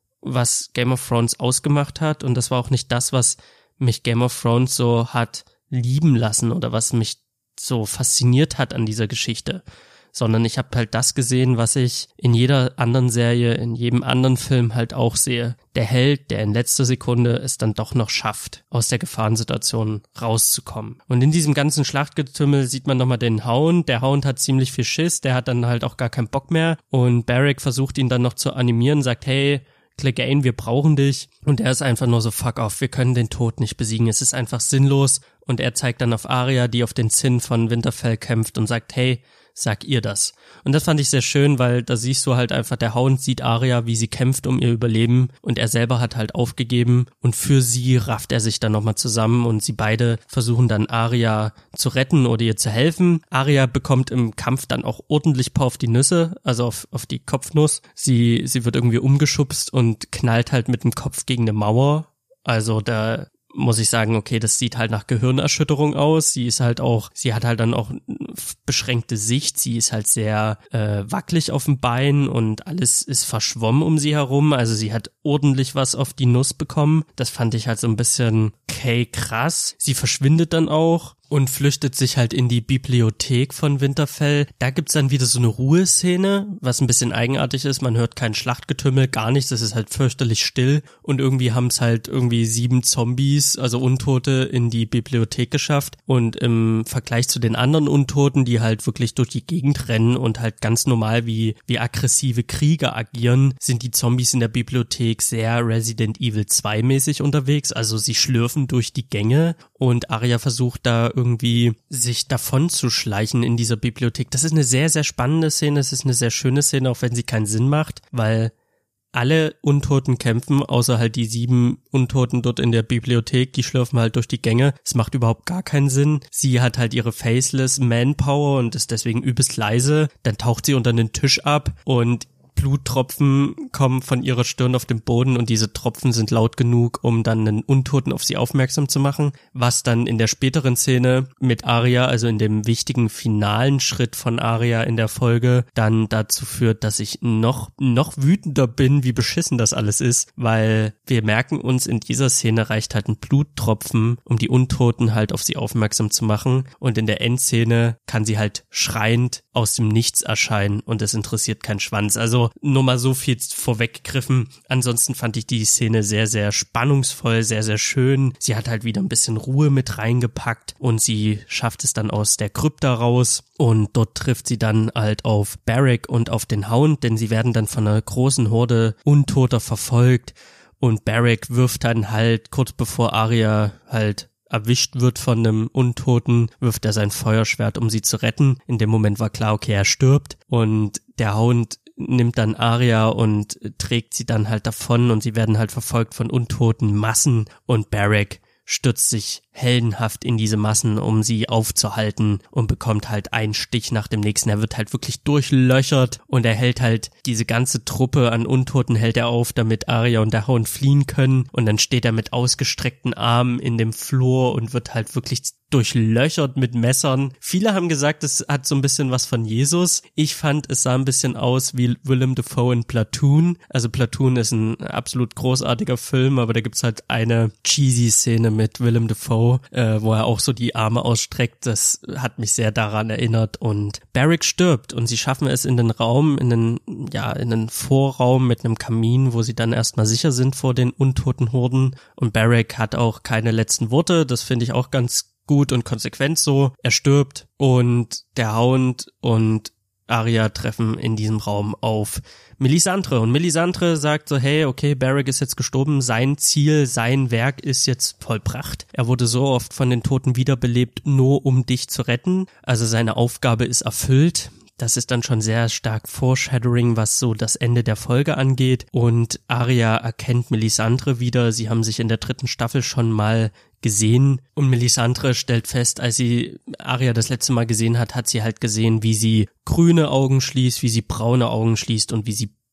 was Game of Thrones ausgemacht hat, und das war auch nicht das, was mich Game of Thrones so hat lieben lassen oder was mich so fasziniert hat an dieser Geschichte, sondern ich habe halt das gesehen, was ich in jeder anderen Serie, in jedem anderen Film halt auch sehe. Der Held, der in letzter Sekunde es dann doch noch schafft, aus der Gefahrensituation rauszukommen. Und in diesem ganzen Schlachtgetümmel sieht man nochmal den Hound. Der Hound hat ziemlich viel Schiss, der hat dann halt auch gar keinen Bock mehr. Und Beric versucht ihn dann noch zu animieren, sagt, hey, Clegane, wir brauchen dich. Und er ist einfach nur so, fuck off, wir können den Tod nicht besiegen, es ist einfach sinnlos. Und er zeigt dann auf Arya, die auf den Zinn von Winterfell kämpft, und sagt, hey, sag ihr das. Und das fand ich sehr schön, weil da siehst du halt einfach, der Hound sieht Arya, wie sie kämpft um ihr Überleben, und er selber hat halt aufgegeben, und für sie rafft er sich dann nochmal zusammen, und sie beide versuchen dann Arya zu retten oder ihr zu helfen. Arya bekommt im Kampf dann auch ordentlich paar auf die Nüsse, also auf, auf die Kopfnuss. Sie, sie wird irgendwie umgeschubst und knallt halt mit dem Kopf gegen eine Mauer. Also da muss ich sagen, okay, das sieht halt nach Gehirnerschütterung aus. Sie ist halt auch, sie hat halt dann auch beschränkte Sicht. Sie ist halt sehr äh, wackelig auf dem Bein und alles ist verschwommen um sie herum. Also sie hat ordentlich was auf die Nuss bekommen. Das fand ich halt so ein bisschen, okay, krass. Sie verschwindet dann auch und flüchtet sich halt in die Bibliothek von Winterfell. Da gibt's dann wieder so eine Ruheszene, was ein bisschen eigenartig ist. Man hört kein Schlachtgetümmel, gar nichts. Es ist halt fürchterlich still. Und irgendwie haben's halt irgendwie sieben Zombies, also Untote, in die Bibliothek geschafft. Und im Vergleich zu den anderen Untoten, die halt wirklich durch die Gegend rennen und halt ganz normal wie, wie aggressive Krieger agieren, sind die Zombies in der Bibliothek sehr Resident Evil zwei mäßig unterwegs. Also sie schlürfen durch die Gänge, und Arya versucht da irgendwie sich davon zu schleichen in dieser Bibliothek. Das ist eine sehr, sehr spannende Szene. Es ist eine sehr schöne Szene, auch wenn sie keinen Sinn macht, weil alle Untoten kämpfen, außer halt die sieben Untoten dort in der Bibliothek, die schlürfen halt durch die Gänge. Es macht überhaupt gar keinen Sinn. Sie hat halt ihre Faceless Manpower und ist deswegen übelst leise. Dann taucht sie unter den Tisch ab und Bluttropfen kommen von ihrer Stirn auf den Boden, und diese Tropfen sind laut genug, um dann einen Untoten auf sie aufmerksam zu machen, was dann in der späteren Szene mit Arya, also in dem wichtigen finalen Schritt von Arya in der Folge, dann dazu führt, dass ich noch noch wütender bin, wie beschissen das alles ist, weil wir merken uns, in dieser Szene reicht halt ein Bluttropfen, um die Untoten halt auf sie aufmerksam zu machen, und in der Endszene kann sie halt schreiend aus dem Nichts erscheinen, und es interessiert keinen Schwanz. Also nur mal so viel vorweggegriffen. Ansonsten fand ich die Szene sehr, sehr spannungsvoll, sehr, sehr schön. Sie hat halt wieder ein bisschen Ruhe mit reingepackt, und sie schafft es dann aus der Krypta raus, und dort trifft sie dann halt auf Beric und auf den Hound, denn sie werden dann von einer großen Horde Untoter verfolgt, und Beric wirft dann halt kurz bevor Arya halt erwischt wird von einem Untoten, wirft er sein Feuerschwert, um sie zu retten. In dem Moment war klar, okay, er stirbt, und der Hound nimmt dann Arya und trägt sie dann halt davon, und sie werden halt verfolgt von untoten Massen, und Beric stürzt sich heldenhaft in diese Massen, um sie aufzuhalten, und bekommt halt einen Stich nach dem nächsten. Er wird halt wirklich durchlöchert, und er hält halt diese ganze Truppe an Untoten hält er auf, damit Arya und der Hound fliehen können, und dann steht er mit ausgestreckten Armen in dem Flur und wird halt wirklich durchlöchert mit Messern. Viele haben gesagt, es hat so ein bisschen was von Jesus. Ich fand, es sah ein bisschen aus wie Willem Dafoe in Platoon. Also Platoon ist ein absolut großartiger Film, aber da gibt's halt eine cheesy Szene mit Willem Dafoe, äh, wo er auch so die Arme ausstreckt. Das hat mich sehr daran erinnert, und Beric stirbt, und sie schaffen es in den Raum, in den, ja, in den Vorraum mit einem Kamin, wo sie dann erstmal sicher sind vor den untoten Horden, und Beric hat auch keine letzten Worte. Das finde ich auch ganz gut und konsequent so. Er stirbt, und der Hound und Arya treffen in diesem Raum auf Melisandre, und Melisandre sagt so, hey, okay, Beric ist jetzt gestorben, sein Ziel, sein Werk ist jetzt vollbracht. Er wurde so oft von den Toten wiederbelebt, nur um dich zu retten. Also seine Aufgabe ist erfüllt. Das ist dann schon sehr stark Foreshadowing, was so das Ende der Folge angeht. Und Arya erkennt Melisandre wieder. Sie haben sich in der dritten Staffel schon mal gesehen. Und Melisandre stellt fest, als sie Arya das letzte Mal gesehen hat, hat sie halt gesehen, wie sie grüne Augen schließt, wie sie braune Augen schließt und wie sie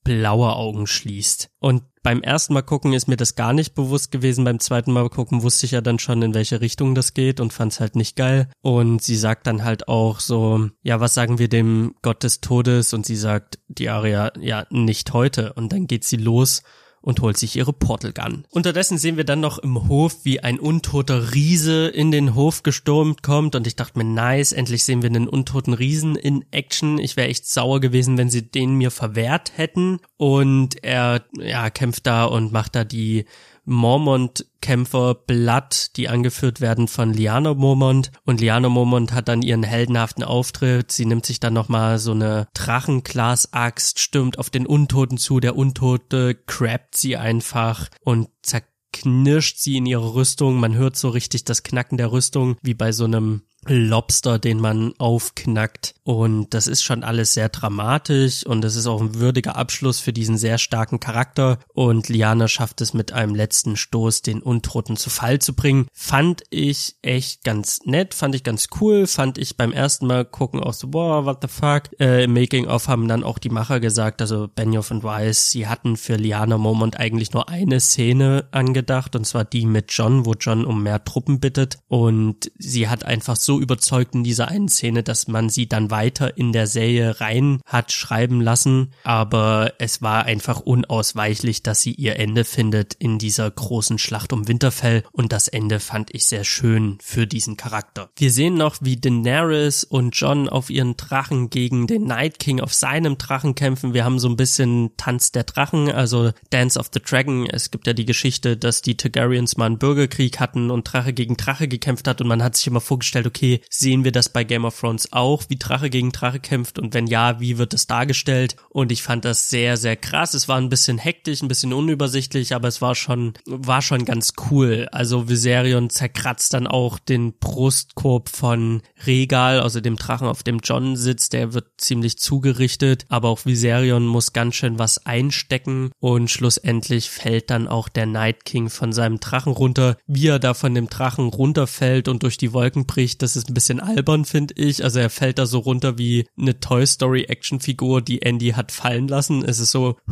blaue Augen schließt. Und beim ersten Mal gucken ist mir das gar nicht bewusst gewesen. Beim zweiten Mal gucken wusste ich ja dann schon, in welche Richtung das geht und fand's halt nicht geil. Und sie sagt dann halt auch so, ja, was sagen wir dem Gott des Todes? Und sie sagt, die Arya, ja, nicht heute. Und dann geht sie los und holt sich ihre Portal Gun. Unterdessen sehen wir dann noch im Hof, wie ein untoter Riese in den Hof gestürmt kommt und ich dachte mir, nice, endlich sehen wir einen untoten Riesen in Action. Ich wäre echt sauer gewesen, wenn sie den mir verwehrt hätten. Und er, ja, kämpft da und macht da die Mormont-Kämpfer Blood, die angeführt werden von Lyanna Mormont. Und Lyanna Mormont hat dann ihren heldenhaften Auftritt. Sie nimmt sich dann nochmal so eine Drachenglas-Axt, stürmt auf den Untoten zu. Der Untote crappt sie einfach und zerknirscht sie in ihre Rüstung. Man hört so richtig das Knacken der Rüstung, wie bei so einem Lobster, den man aufknackt. Und das ist schon alles sehr dramatisch und es ist auch ein würdiger Abschluss für diesen sehr starken Charakter. Und Lyanna schafft es mit einem letzten Stoß, den Untoten zu Fall zu bringen. Fand ich echt ganz nett, fand ich ganz cool, fand ich beim ersten Mal gucken auch so, boah, what the fuck. Äh, im Making-of haben dann auch die Macher gesagt, also Benioff und Weiss, sie hatten für Lyanna Mormont eigentlich nur eine Szene angedacht und zwar die mit Jon, wo Jon um mehr Truppen bittet und sie hat einfach so überzeugt in dieser einen Szene, dass man sie dann weiter in der Serie rein hat schreiben lassen, aber es war einfach unausweichlich, dass sie ihr Ende findet in dieser großen Schlacht um Winterfell und das Ende fand ich sehr schön für diesen Charakter. Wir sehen noch, wie Daenerys und Jon auf ihren Drachen gegen den Night King auf seinem Drachen kämpfen. Wir haben so ein bisschen Tanz der Drachen, also Dance of the Dragon. Es gibt ja die Geschichte, dass die Targaryens mal einen Bürgerkrieg hatten und Drache gegen Drache gekämpft hat und man hat sich immer vorgestellt, okay, sehen wir das bei Game of Thrones auch, wie Drache gegen Drache kämpft und wenn ja, wie wird es dargestellt? Und ich fand das sehr, sehr krass. Es war ein bisschen hektisch, ein bisschen unübersichtlich, aber es war schon, war schon ganz cool. Also Viserion zerkratzt dann auch den Brustkorb von Rhaegal, also dem Drachen, auf dem Jon sitzt, der wird ziemlich zugerichtet, aber auch Viserion muss ganz schön was einstecken und schlussendlich fällt dann auch der Night King von seinem Drachen runter. Wie er da von dem Drachen runterfällt und durch die Wolken bricht, das ist ein bisschen albern, finde ich. Also er fällt da so runter wie eine Toy Story Actionfigur, die Andy hat fallen lassen. Es ist so,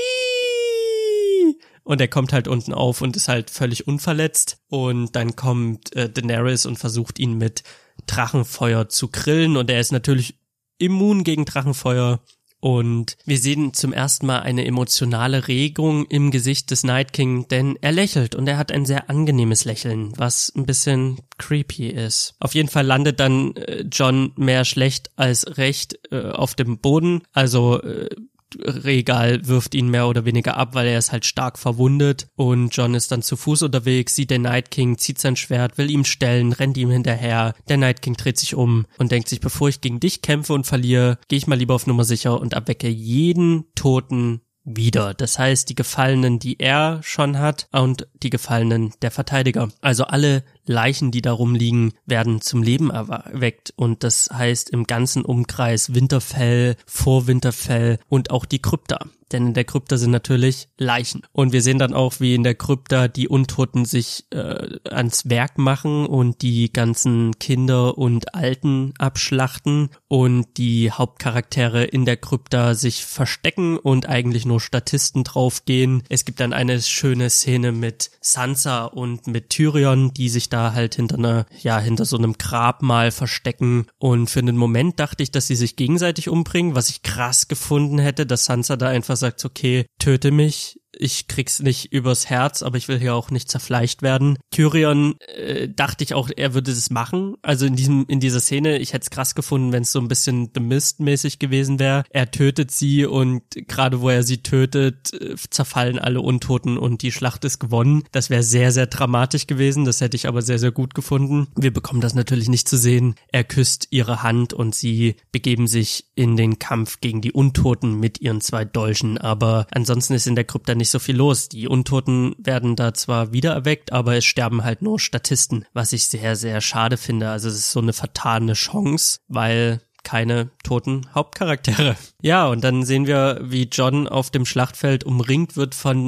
hui! Und er kommt halt unten auf und ist halt völlig unverletzt. Und dann kommt äh, Daenerys und versucht ihn mit Drachenfeuer zu grillen. Und er ist natürlich immun gegen Drachenfeuer. Und wir sehen zum ersten Mal eine emotionale Regung im Gesicht des Night King, denn er lächelt und er hat ein sehr angenehmes Lächeln, was ein bisschen creepy ist. Auf jeden Fall landet dann äh, Jon mehr schlecht als recht äh, auf dem Boden, also äh, Rhaegal wirft ihn mehr oder weniger ab, weil er ist halt stark verwundet und Jon ist dann zu Fuß unterwegs, sieht den Night King, zieht sein Schwert, will ihm stellen, rennt ihm hinterher. Der Night King dreht sich um und denkt sich, bevor ich gegen dich kämpfe und verliere, gehe ich mal lieber auf Nummer sicher und erwecke jeden Toten wieder. Das heißt, die Gefallenen, die er schon hat und die Gefallenen der Verteidiger. Also alle Leichen, die da rumliegen, werden zum Leben erweckt und das heißt im ganzen Umkreis Winterfell, Vorwinterfell und auch die Krypta. Denn in der Krypta sind natürlich Leichen. Und wir sehen dann auch, wie in der Krypta die Untoten sich äh, ans Werk machen und die ganzen Kinder und Alten abschlachten und die Hauptcharaktere in der Krypta sich verstecken und eigentlich nur Statisten draufgehen. Es gibt dann eine schöne Szene mit Sansa und mit Tyrion, die sich da halt hinter einer, ja, hinter so einem Grabmal verstecken. Und für einen Moment dachte ich, dass sie sich gegenseitig umbringen, was ich krass gefunden hätte, dass Sansa da einfach sagt, okay, töte mich, ich krieg's nicht übers Herz, aber ich will hier auch nicht zerfleischt werden. Tyrion äh, dachte ich auch, er würde das machen. Also in diesem in dieser Szene, ich hätte es krass gefunden, wenn es so ein bisschen The Mist-mäßig gewesen wäre. Er tötet sie und gerade wo er sie tötet, äh, zerfallen alle Untoten und die Schlacht ist gewonnen. Das wäre sehr, sehr dramatisch gewesen. Das hätte ich aber sehr, sehr gut gefunden. Wir bekommen das natürlich nicht zu sehen. Er küsst ihre Hand und sie begeben sich in den Kampf gegen die Untoten mit ihren zwei Dolchen. Aber ansonsten ist in der Krypta nicht so viel los. Die Untoten werden da zwar wiedererweckt, aber es sterben halt nur Statisten, was ich sehr, sehr schade finde. Also es ist so eine vertane Chance, weil keine toten Hauptcharaktere. Ja, und dann sehen wir, wie Jon auf dem Schlachtfeld umringt wird von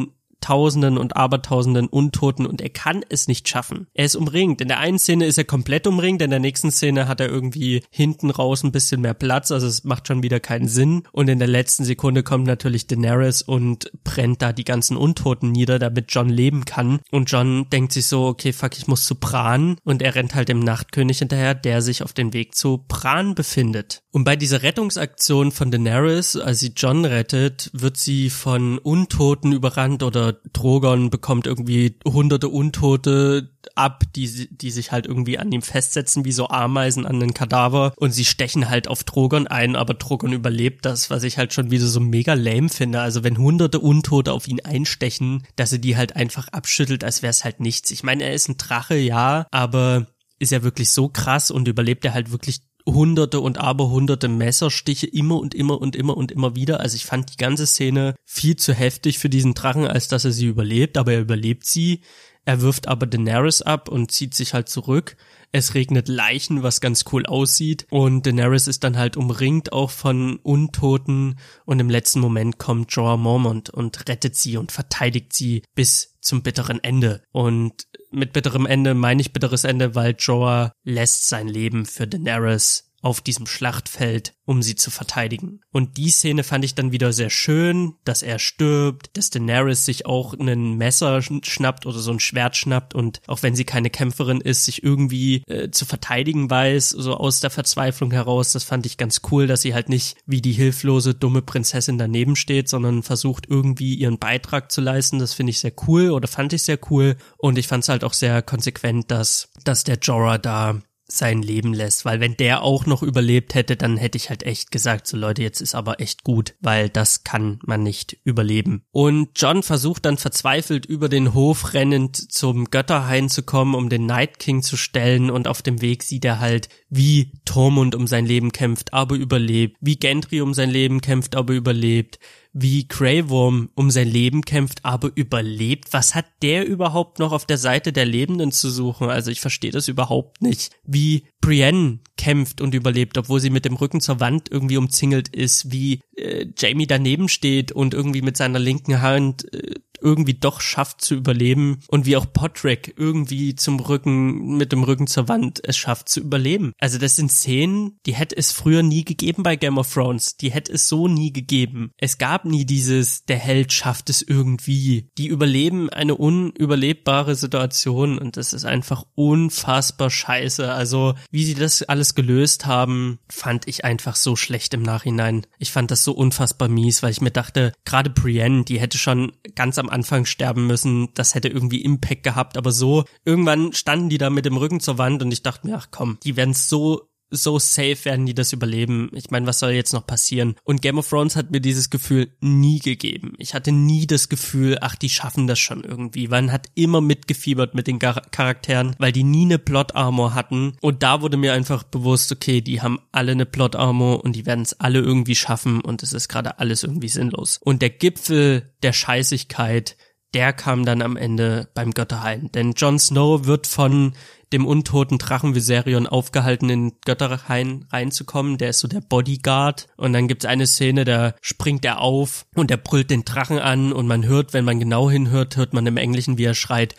Tausenden und Abertausenden Untoten und er kann es nicht schaffen. Er ist umringt. In der einen Szene ist er komplett umringt, in der nächsten Szene hat er irgendwie hinten raus ein bisschen mehr Platz, also es macht schon wieder keinen Sinn. Und in der letzten Sekunde kommt natürlich Daenerys und brennt da die ganzen Untoten nieder, damit Jon leben kann. Und Jon denkt sich so, okay, fuck, ich muss zu Bran. Und er rennt halt dem Nachtkönig hinterher, der sich auf dem Weg zu Bran befindet. Und bei dieser Rettungsaktion von Daenerys, als sie Jon rettet, wird sie von Untoten überrannt oder Drogon bekommt irgendwie hunderte Untote ab, die die sich halt irgendwie an ihm festsetzen wie so Ameisen an den Kadaver und sie stechen halt auf Drogon ein, aber Drogon überlebt das, was ich halt schon wieder so mega lame finde. Also wenn hunderte Untote auf ihn einstechen, dass er die halt einfach abschüttelt, als wäre es halt nichts. Ich meine, er ist ein Drache, ja, aber ist er wirklich so krass und überlebt er halt wirklich hunderte und aber hunderte Messerstiche immer und immer und immer und immer wieder. Also ich fand die ganze Szene viel zu heftig für diesen Drachen, als dass er sie überlebt, aber er überlebt sie. Er wirft aber Daenerys ab und zieht sich halt zurück. Es regnet Leichen, was ganz cool aussieht und Daenerys ist dann halt umringt auch von Untoten und im letzten Moment kommt Jorah Mormont und rettet sie und verteidigt sie bis zum bitteren Ende. Und mit bitterem Ende meine ich bitteres Ende, weil Jorah lässt sein Leben für Daenerys auf diesem Schlachtfeld, um sie zu verteidigen. Und die Szene fand ich dann wieder sehr schön, dass er stirbt, dass Daenerys sich auch ein Messer schnappt oder so ein Schwert schnappt und auch wenn sie keine Kämpferin ist, sich irgendwie äh, zu verteidigen weiß, so aus der Verzweiflung heraus. Das fand ich ganz cool, dass sie halt nicht wie die hilflose, dumme Prinzessin daneben steht, sondern versucht irgendwie ihren Beitrag zu leisten. Das finde ich sehr cool oder fand ich sehr cool und ich fand es halt auch sehr konsequent, dass, dass der Jorah da sein Leben lässt, weil wenn der auch noch überlebt hätte, dann hätte ich halt echt gesagt, so Leute, jetzt ist aber echt gut, weil das kann man nicht überleben. Und Jon versucht dann verzweifelt über den Hof rennend zum Götterhain zu kommen, um den Night King zu stellen und auf dem Weg sieht er halt, wie Tormund um sein Leben kämpft, aber überlebt, wie Gendry um sein Leben kämpft, aber überlebt, wie Grey Worm um sein Leben kämpft, aber überlebt. Was hat der überhaupt noch auf der Seite der Lebenden zu suchen? Also ich verstehe das überhaupt nicht. Wie Brienne kämpft und überlebt, obwohl sie mit dem Rücken zur Wand irgendwie umzingelt ist. Wie äh, Jaime daneben steht und irgendwie mit seiner linken Hand äh, irgendwie doch schafft zu überleben und wie auch Podrick irgendwie zum Rücken, mit dem Rücken zur Wand es schafft zu überleben. Also das sind Szenen, die hätte es früher nie gegeben bei Game of Thrones. Die hätte es so nie gegeben. Es gab nie dieses, der Held schafft es irgendwie. Die überleben eine unüberlebbare Situation und das ist einfach unfassbar scheiße. Also wie sie das alles gelöst haben, fand ich einfach so schlecht im Nachhinein. Ich fand das so unfassbar mies, weil ich mir dachte, gerade Brienne, die hätte schon ganz am Anfang sterben müssen, das hätte irgendwie Impact gehabt, aber so, irgendwann standen die da mit dem Rücken zur Wand und ich dachte mir, ach komm, die werden so so safe werden die das überleben. Ich meine, was soll jetzt noch passieren? Und Game of Thrones hat mir dieses Gefühl nie gegeben. Ich hatte nie das Gefühl, ach, die schaffen das schon irgendwie. Man hat immer mitgefiebert mit den Char- Charakteren, weil die nie eine Plot-Armor hatten. Und da wurde mir einfach bewusst, okay, die haben alle eine Plot-Armor und die werden es alle irgendwie schaffen und es ist gerade alles irgendwie sinnlos. Und der Gipfel der Scheißigkeit, der kam dann am Ende beim Götterhain. Denn Jon Snow wird von dem untoten Drachen Viserion aufgehalten, in den Götterhain reinzukommen. Der ist so der Bodyguard. Und dann gibt's eine Szene, da springt er auf und er brüllt den Drachen an und man hört, wenn man genau hinhört, hört man im Englischen, wie er schreit,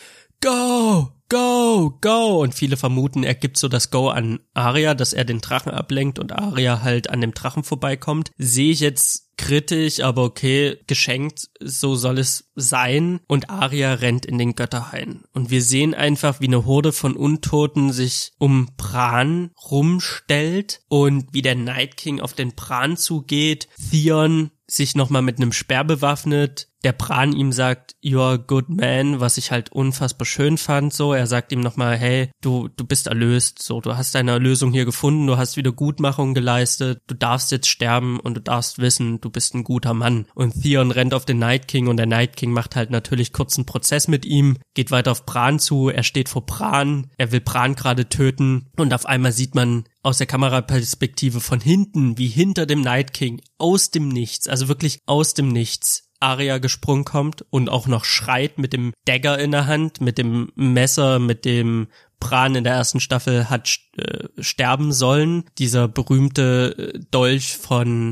Go! Go, go! Und viele vermuten, er gibt so das Go an Arya, dass er den Drachen ablenkt und Arya halt an dem Drachen vorbeikommt. Sehe ich jetzt kritisch, aber okay, geschenkt, so soll es sein. Und Arya rennt in den Götterhain. Und wir sehen einfach, wie eine Horde von Untoten sich um Bran rumstellt und wie der Night King auf den Bran zugeht. Theon sich nochmal mit einem Speer bewaffnet, der Bran ihm sagt, you're a good man, was ich halt unfassbar schön fand, so, er sagt ihm nochmal, hey, du du bist erlöst, so, du hast deine Erlösung hier gefunden, du hast Wiedergutmachung geleistet, du darfst jetzt sterben und du darfst wissen, du bist ein guter Mann. Und Theon rennt auf den Night King und der Night King macht halt natürlich kurzen Prozess mit ihm, geht weiter auf Bran zu, er steht vor Bran, er will Bran gerade töten und auf einmal sieht man aus der Kameraperspektive von hinten, wie hinter dem Night King, aus dem Nichts, also wirklich aus dem Nichts, Arya gesprungen kommt und auch noch schreit mit dem Dagger in der Hand, mit dem Messer, mit dem Bran in der ersten Staffel hat äh, sterben sollen. Dieser berühmte Dolch von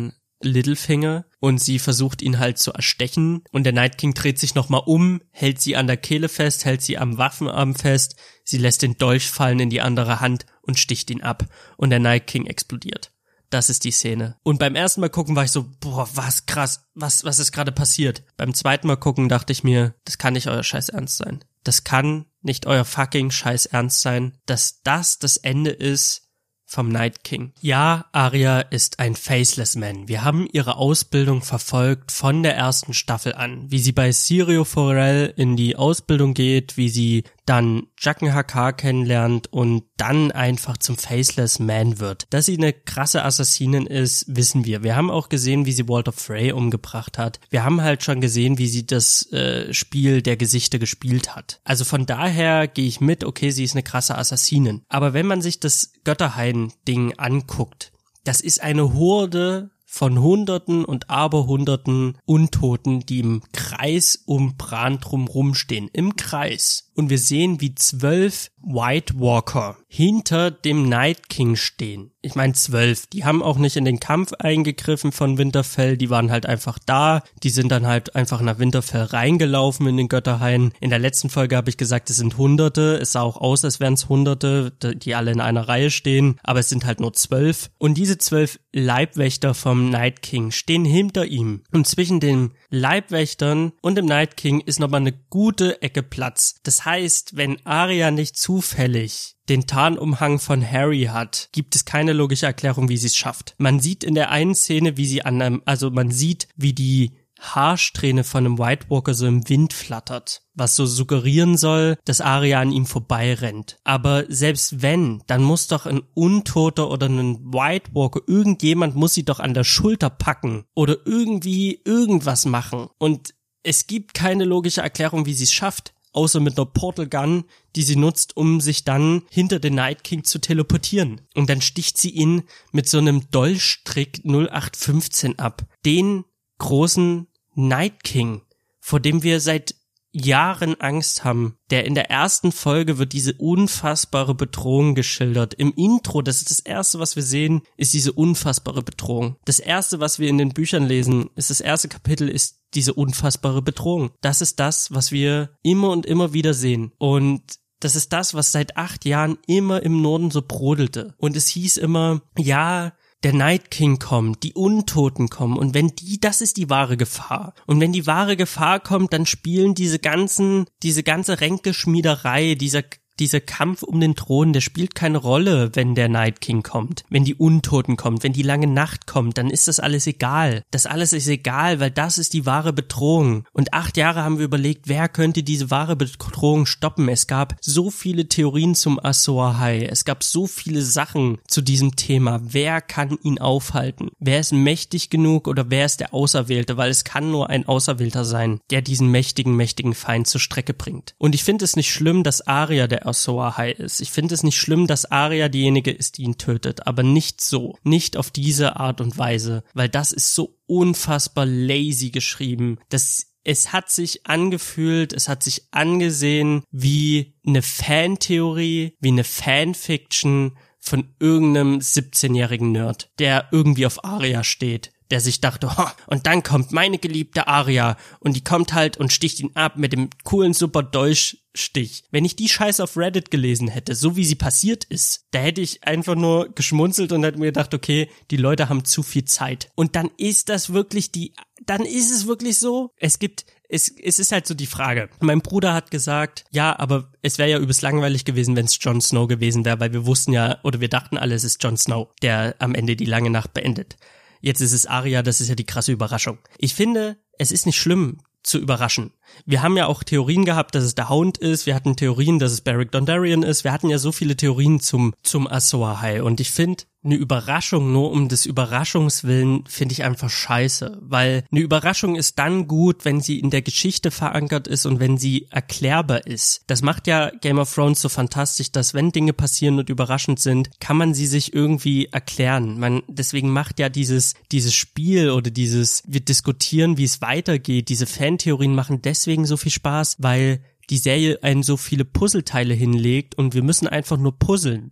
Littlefinger und sie versucht ihn halt zu erstechen und der Night King dreht sich nochmal um, hält sie an der Kehle fest, hält sie am Waffenarm fest, sie lässt den Dolch fallen in die andere Hand und sticht ihn ab und der Night King explodiert. Das ist die Szene. Und beim ersten Mal gucken war ich so, boah, was krass, was was ist gerade passiert? Beim zweiten Mal gucken dachte ich mir, das kann nicht euer Scheiß Ernst sein. Das kann nicht euer fucking Scheiß Ernst sein, dass das das Ende ist vom Night King. Ja, Arya ist ein Faceless Man. Wir haben ihre Ausbildung verfolgt von der ersten Staffel an. Wie sie bei Syrio Forel in die Ausbildung geht, wie sie dann Jaqen H'ghar kennenlernt und dann einfach zum Faceless Man wird. Dass sie eine krasse Assassinin ist, wissen wir. Wir haben auch gesehen, wie sie Walder Frey umgebracht hat. Wir haben halt schon gesehen, wie sie das äh, Spiel der Gesichter gespielt hat. Also von daher gehe ich mit, okay, sie ist eine krasse Assassinin. Aber wenn man sich das Götterhain-Ding anguckt, das ist eine Horde von Hunderten und Aberhunderten Untoten, die im Kreis um Bran drumrum stehen. Im Kreis. Und wir sehen, wie zwölf White Walker hinter dem Night King stehen. Ich meine zwölf. Die haben auch nicht in den Kampf eingegriffen von Winterfell. Die waren halt einfach da. Die sind dann halt einfach nach Winterfell reingelaufen in den Götterhain. In der letzten Folge habe ich gesagt, es sind Hunderte. Es sah auch aus, als wären es Hunderte, die alle in einer Reihe stehen. Aber es sind halt nur zwölf. Und diese zwölf Leibwächter vom Night King stehen hinter ihm. Und zwischen den Leibwächtern und dem Night King ist nochmal eine gute Ecke Platz. Das heißt, wenn Arya nicht zufällig den Tarnumhang von Harry hat, gibt es keine logische Erklärung, wie sie es schafft. Man sieht in der einen Szene, wie sie an einem, also man sieht, wie die Haarsträhne von einem White Walker so im Wind flattert, was so suggerieren soll, dass Arya an ihm vorbeirennt. Aber selbst wenn, dann muss doch ein Untoter oder ein White Walker, irgendjemand muss sie doch an der Schulter packen oder irgendwie irgendwas machen. Und es gibt keine logische Erklärung, wie sie es schafft, außer mit einer Portal Gun, die sie nutzt, um sich dann hinter den Night King zu teleportieren. Und dann sticht sie ihn mit so einem Dolchstrick null acht fünfzehn ab. Den großen Night King, vor dem wir seit Jahren Angst haben. Der in der ersten Folge wird diese unfassbare Bedrohung geschildert. Im Intro, das ist das erste, was wir sehen, ist diese unfassbare Bedrohung. Das erste, was wir in den Büchern lesen, ist das erste Kapitel, ist diese unfassbare Bedrohung. Das ist das, was wir immer und immer wieder sehen. Und das ist das, was seit acht Jahren immer im Norden so brodelte. Und es hieß immer, ja, der Night King kommt, die Untoten kommen und wenn die, das ist die wahre Gefahr. Und wenn die wahre Gefahr kommt, dann spielen diese ganzen, diese ganze Ränkeschmiederei, dieser Dieser Kampf um den Thron, der spielt keine Rolle, wenn der Night King kommt, wenn die Untoten kommt, wenn die lange Nacht kommt, dann ist das alles egal. Das alles ist egal, weil das ist die wahre Bedrohung. Und acht Jahre haben wir überlegt, wer könnte diese wahre Bedrohung stoppen. Es gab so viele Theorien zum Azor Ahai, es gab so viele Sachen zu diesem Thema. Wer kann ihn aufhalten? Wer ist mächtig genug oder wer ist der Auserwählte? Weil es kann nur ein Auserwählter sein, der diesen mächtigen, mächtigen Feind zur Strecke bringt. Und ich finde es nicht schlimm, dass Arya der Azor Ahai ist. Ich finde es nicht schlimm, dass Arya diejenige ist, die ihn tötet, aber nicht so, nicht auf diese Art und Weise, weil das ist so unfassbar lazy geschrieben, dass es hat sich angefühlt, es hat sich angesehen wie eine Fantheorie, wie eine Fanfiction von irgendeinem siebzehnjährigen Nerd, der irgendwie auf Arya steht. Der sich dachte, oh, und dann kommt meine geliebte Arya und die kommt halt und sticht ihn ab mit dem coolen super Dolchstich. Wenn ich die Scheiße auf Reddit gelesen hätte, so wie sie passiert ist, da hätte ich einfach nur geschmunzelt und hätte mir gedacht, okay, die Leute haben zu viel Zeit. Und dann ist das wirklich die, dann ist es wirklich so. Es gibt, es, es ist halt so die Frage. Mein Bruder hat gesagt, ja, aber es wäre ja übelst langweilig gewesen, wenn es Jon Snow gewesen wäre, weil wir wussten ja, oder wir dachten alle, es ist Jon Snow, der am Ende die lange Nacht beendet. Jetzt ist es Arya, das ist ja die krasse Überraschung. Ich finde, es ist nicht schlimm zu überraschen. Wir haben ja auch Theorien gehabt, dass es der Hound ist. Wir hatten Theorien, dass es Beric Dondarrion ist. Wir hatten ja so viele Theorien zum zum Azor Ahai. Und ich finde, eine Überraschung nur um des Überraschungswillen finde ich einfach scheiße. Weil eine Überraschung ist dann gut, wenn sie in der Geschichte verankert ist und wenn sie erklärbar ist. Das macht ja Game of Thrones so fantastisch, dass wenn Dinge passieren und überraschend sind, kann man sie sich irgendwie erklären. Man, deswegen macht ja dieses dieses Spiel oder dieses, wir diskutieren, wie es weitergeht, diese Fantheorien machen deswegen so viel Spaß, weil die Serie einen so viele Puzzleteile hinlegt und wir müssen einfach nur puzzeln.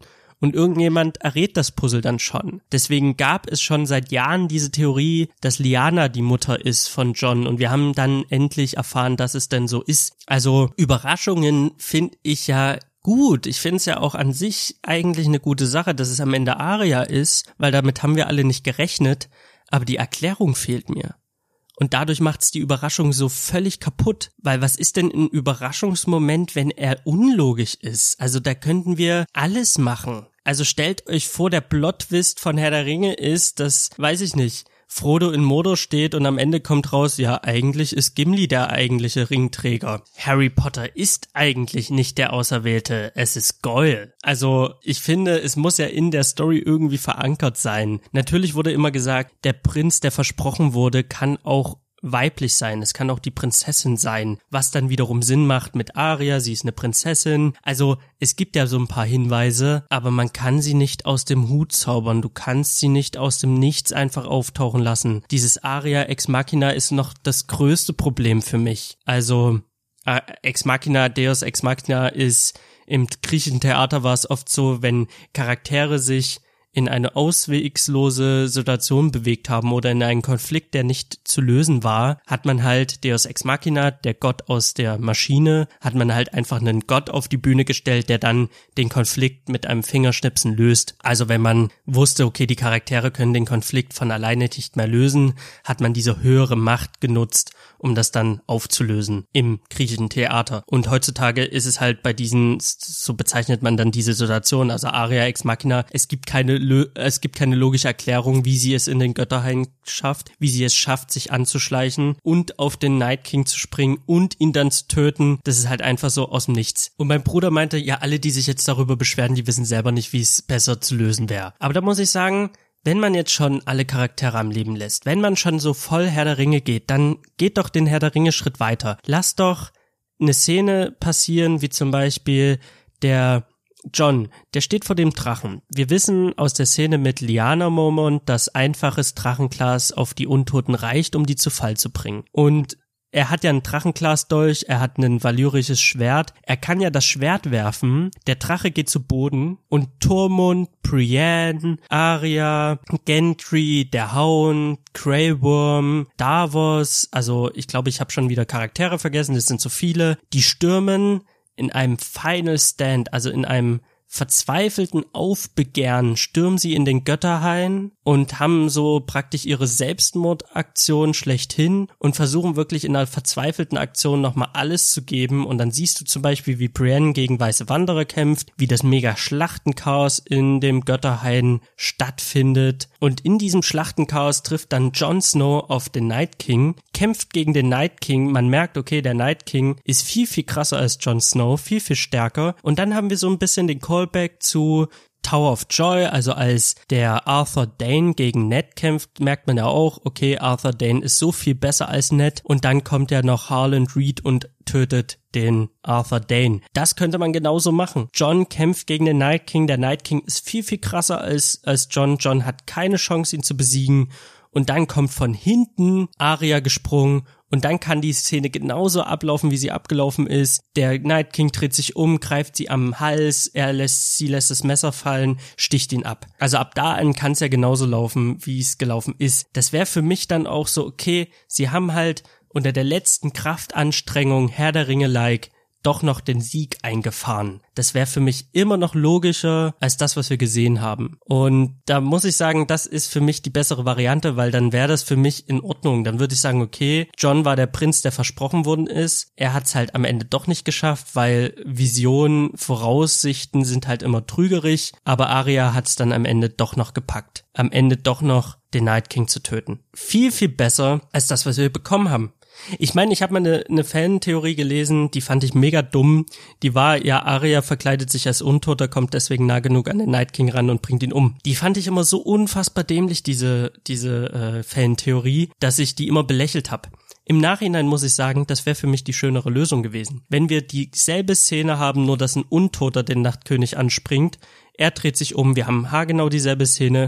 und irgendjemand errät das Puzzle dann schon. Deswegen gab es schon seit Jahren diese Theorie, dass Lyanna die Mutter ist von Jon und wir haben dann endlich erfahren, dass es denn so ist. Also Überraschungen finde ich ja gut. Ich finde es ja auch an sich eigentlich eine gute Sache, dass es am Ende Arya ist, weil damit haben wir alle nicht gerechnet, aber die Erklärung fehlt mir. Und dadurch macht's die Überraschung so völlig kaputt, weil was ist denn ein Überraschungsmoment, wenn er unlogisch ist? Also da könnten wir alles machen. Also stellt euch vor, der Plot-Twist von Herr der Ringe ist, dass, weiß ich nicht, Frodo in Mordor steht und am Ende kommt raus, ja, eigentlich ist Gimli der eigentliche Ringträger. Harry Potter ist eigentlich nicht der Auserwählte, es ist Goyle. Also ich finde, es muss ja in der Story irgendwie verankert sein. Natürlich wurde immer gesagt, der Prinz, der versprochen wurde, kann auch weiblich sein, es kann auch die Prinzessin sein, was dann wiederum Sinn macht mit Arya, sie ist eine Prinzessin, also es gibt ja so ein paar Hinweise, aber man kann sie nicht aus dem Hut zaubern, du kannst sie nicht aus dem Nichts einfach auftauchen lassen. Dieses Arya Ex Machina ist noch das größte Problem für mich, also äh, Ex Machina, Deus Ex Machina ist, im griechischen Theater war es oft so, wenn Charaktere sich in eine auswegslose Situation bewegt haben oder in einen Konflikt, der nicht zu lösen war, hat man halt Deus Ex Machina, der Gott aus der Maschine, hat man halt einfach einen Gott auf die Bühne gestellt, der dann den Konflikt mit einem Fingerschnipsen löst. Also wenn man wusste, okay, die Charaktere können den Konflikt von alleine nicht mehr lösen, hat man diese höhere Macht genutzt, um das dann aufzulösen im griechischen Theater. Und heutzutage ist es halt bei diesen, so bezeichnet man dann diese Situation, also Arya Ex Machina, es gibt keine es gibt keine logische Erklärung, wie sie es in den Götterhain schafft, wie sie es schafft, sich anzuschleichen und auf den Night King zu springen und ihn dann zu töten. Das ist halt einfach so aus dem Nichts. Und mein Bruder meinte, ja, alle, die sich jetzt darüber beschweren, die wissen selber nicht, wie es besser zu lösen wäre. Aber da muss ich sagen, wenn man jetzt schon alle Charaktere am Leben lässt, wenn man schon so voll Herr der Ringe geht, dann geht doch den Herr der Ringe Schritt weiter. Lass doch eine Szene passieren, wie zum Beispiel der Jon, der steht vor dem Drachen. Wir wissen aus der Szene mit Lyanna Mormont, dass einfaches Drachenglas auf die Untoten reicht, um die zu Fall zu bringen. Und er hat ja ein Drachenglasdolch, er hat ein valyrisches Schwert, er kann ja das Schwert werfen, der Drache geht zu Boden und Tormund, Brienne, Arya, Gendry, der Hound, Grey Worm, Davos, also ich glaube, ich habe schon wieder Charaktere vergessen, das sind so viele, die stürmen in einem Final Stand, also in einem verzweifelten Aufbegehren, stürmen sie in den Götterhain und haben so praktisch ihre Selbstmordaktion schlechthin und versuchen wirklich in einer verzweifelten Aktion nochmal alles zu geben. Und dann siehst du zum Beispiel, wie Brienne gegen Weiße Wanderer kämpft, wie das mega Schlachtenchaos in dem Götterhain stattfindet. Und in diesem Schlachtenchaos trifft dann Jon Snow auf den Night King, kämpft gegen den Night King. Man merkt, okay, der Night King ist viel, viel krasser als Jon Snow, viel, viel stärker. Und dann haben wir so ein bisschen den Callback zu Tower of Joy, also als der Arthur Dayne gegen Ned kämpft, merkt man ja auch, okay, Arthur Dayne ist so viel besser als Ned und dann kommt ja noch Harland Reed und tötet den Arthur Dayne. Das könnte man genauso machen. Jon kämpft gegen den Night King, der Night King ist viel, viel krasser als, als Jon. Jon hat keine Chance, ihn zu besiegen und dann kommt von hinten Arya gesprungen und dann kann die Szene genauso ablaufen, wie sie abgelaufen ist. Der Night King dreht sich um, greift sie am Hals, er lässt, sie lässt das Messer fallen, sticht ihn ab. Also ab da an kann es ja genauso laufen, wie es gelaufen ist. Das wäre für mich dann auch so, okay, sie haben halt unter der letzten Kraftanstrengung Herr der Ringe-like doch noch den Sieg eingefahren. Das wäre für mich immer noch logischer als das, was wir gesehen haben. Und da muss ich sagen, das ist für mich die bessere Variante, weil dann wäre das für mich in Ordnung. Dann würde ich sagen, okay, Jon war der Prinz, der versprochen worden ist. Er hat es halt am Ende doch nicht geschafft, weil Visionen, Voraussichten sind halt immer trügerig. Aber Arya hat es dann am Ende doch noch gepackt. Am Ende doch noch den Night King zu töten. Viel, viel besser als das, was wir bekommen haben. Ich meine, ich habe mal eine, eine Fantheorie gelesen, die fand ich mega dumm. Die war, ja, Arya verkleidet sich als Untoter, kommt deswegen nah genug an den Night King ran und bringt ihn um. Die fand ich immer so unfassbar dämlich, diese diese äh, Fantheorie, dass ich die immer belächelt habe. Im Nachhinein muss ich sagen, das wäre für mich die schönere Lösung gewesen. Wenn wir dieselbe Szene haben, nur dass ein Untoter den Nachtkönig anspringt, er dreht sich um, wir haben haargenau dieselbe Szene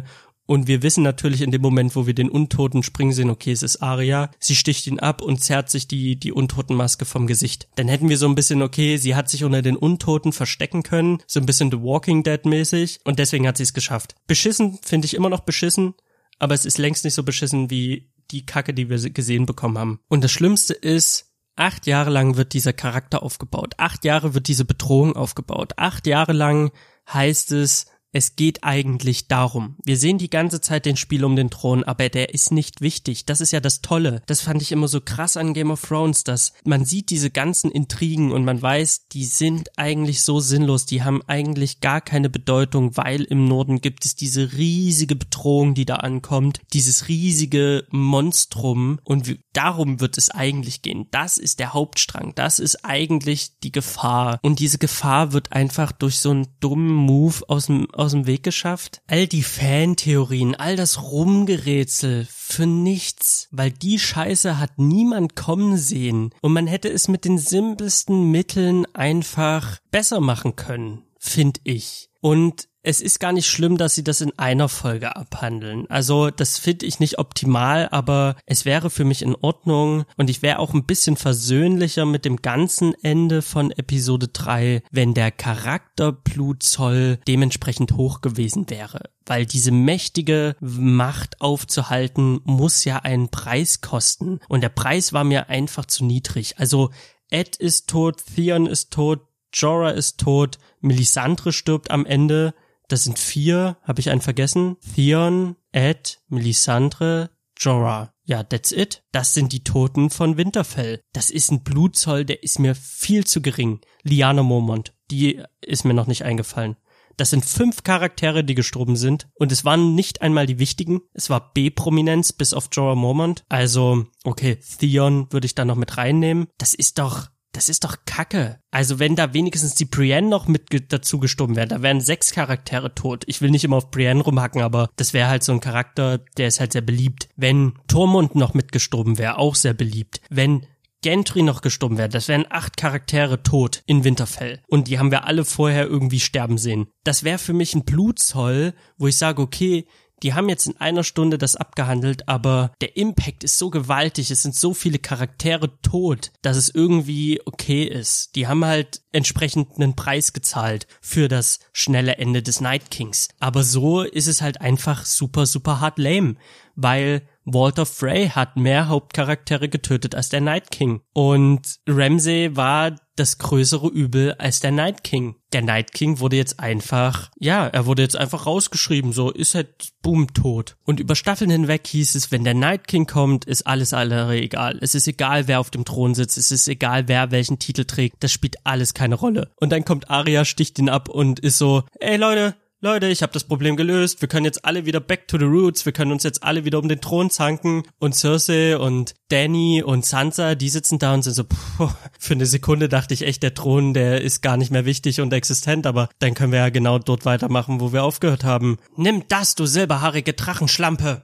Und wir wissen natürlich in dem Moment, wo wir den Untoten springen sehen, okay, es ist Arya. Sie sticht ihn ab und zerrt sich die die Untotenmaske vom Gesicht. Dann hätten wir so ein bisschen, okay, sie hat sich unter den Untoten verstecken können, so ein bisschen The Walking Dead mäßig und deswegen hat sie es geschafft. Beschissen finde ich immer noch beschissen, aber es ist längst nicht so beschissen wie die Kacke, die wir gesehen bekommen haben. Und das Schlimmste ist, acht Jahre lang wird dieser Charakter aufgebaut. Acht Jahre wird diese Bedrohung aufgebaut. Acht Jahre lang heißt es, es geht eigentlich darum. Wir sehen die ganze Zeit den Spiel um den Thron, aber der ist nicht wichtig. Das ist ja das Tolle. Das fand ich immer so krass an Game of Thrones, dass man sieht diese ganzen Intrigen und man weiß, die sind eigentlich so sinnlos. Die haben eigentlich gar keine Bedeutung, weil im Norden gibt es diese riesige Bedrohung, die da ankommt. Dieses riesige Monstrum und darum wird es eigentlich gehen. Das ist der Hauptstrang. Das ist eigentlich die Gefahr. Und diese Gefahr wird einfach durch so einen dummen Move aus dem aus dem Weg geschafft. All die Fantheorien, all das Rumgerätsel für nichts, weil die Scheiße hat niemand kommen sehen und man hätte es mit den simpelsten Mitteln einfach besser machen können, finde ich. Und es ist gar nicht schlimm, dass sie das in einer Folge abhandeln. Also das finde ich nicht optimal, aber es wäre für mich in Ordnung und ich wäre auch ein bisschen versöhnlicher mit dem ganzen Ende von Episode drei, wenn der Charakterblutzoll dementsprechend hoch gewesen wäre. Weil diese mächtige Macht aufzuhalten, muss ja einen Preis kosten. Und der Preis war mir einfach zu niedrig. Also Ed ist tot, Theon ist tot, Jorah ist tot, Melisandre stirbt am Ende. Das sind vier, habe ich einen vergessen? Theon, Ed, Melisandre, Jorah. Ja, that's it. Das sind die Toten von Winterfell. Das ist ein Blutzoll, der ist mir viel zu gering. Lyanna Mormont, die ist mir noch nicht eingefallen. Das sind fünf Charaktere, die gestorben sind. Und es waren nicht einmal die wichtigen. Es war B-Prominenz bis auf Jorah Mormont. Also, okay, Theon würde ich da noch mit reinnehmen. Das ist doch... Das ist doch Kacke. Also wenn da wenigstens die Brienne noch mit ge- dazu gestorben wäre, da wären sechs Charaktere tot. Ich will nicht immer auf Brienne rumhacken, aber das wäre halt so ein Charakter, der ist halt sehr beliebt. Wenn Tormund noch mitgestorben wäre, auch sehr beliebt. Wenn Gendry noch gestorben wäre, das wären acht Charaktere tot in Winterfell. Und die haben wir alle vorher irgendwie sterben sehen. Das wäre für mich ein Blutzoll, wo ich sage, okay, die haben jetzt in einer Stunde das abgehandelt, aber der Impact ist so gewaltig, es sind so viele Charaktere tot, dass es irgendwie okay ist. Die haben halt entsprechend einen Preis gezahlt für das schnelle Ende des Night Kings. Aber so ist es halt einfach super, super hart lame, weil Walder Frey hat mehr Hauptcharaktere getötet als der Night King. Und Ramsay war das größere Übel als der Night King. Der Night King wurde jetzt einfach, ja, er wurde jetzt einfach rausgeschrieben, so ist halt boom tot. Und über Staffeln hinweg hieß es, wenn der Night King kommt, ist alles andere egal. Es ist egal, wer auf dem Thron sitzt, es ist egal, wer welchen Titel trägt, das spielt alles keine Rolle. Und dann kommt Arya, sticht ihn ab und ist so, ey Leute, Leute, ich habe das Problem gelöst, wir können jetzt alle wieder back to the roots, wir können uns jetzt alle wieder um den Thron zanken und Cersei und Dany und Sansa, die sitzen da und sind so, puh, für eine Sekunde dachte ich echt, der Thron, der ist gar nicht mehr wichtig und existent, aber dann können wir ja genau dort weitermachen, wo wir aufgehört haben. Nimm das, du silberhaarige Drachenschlampe!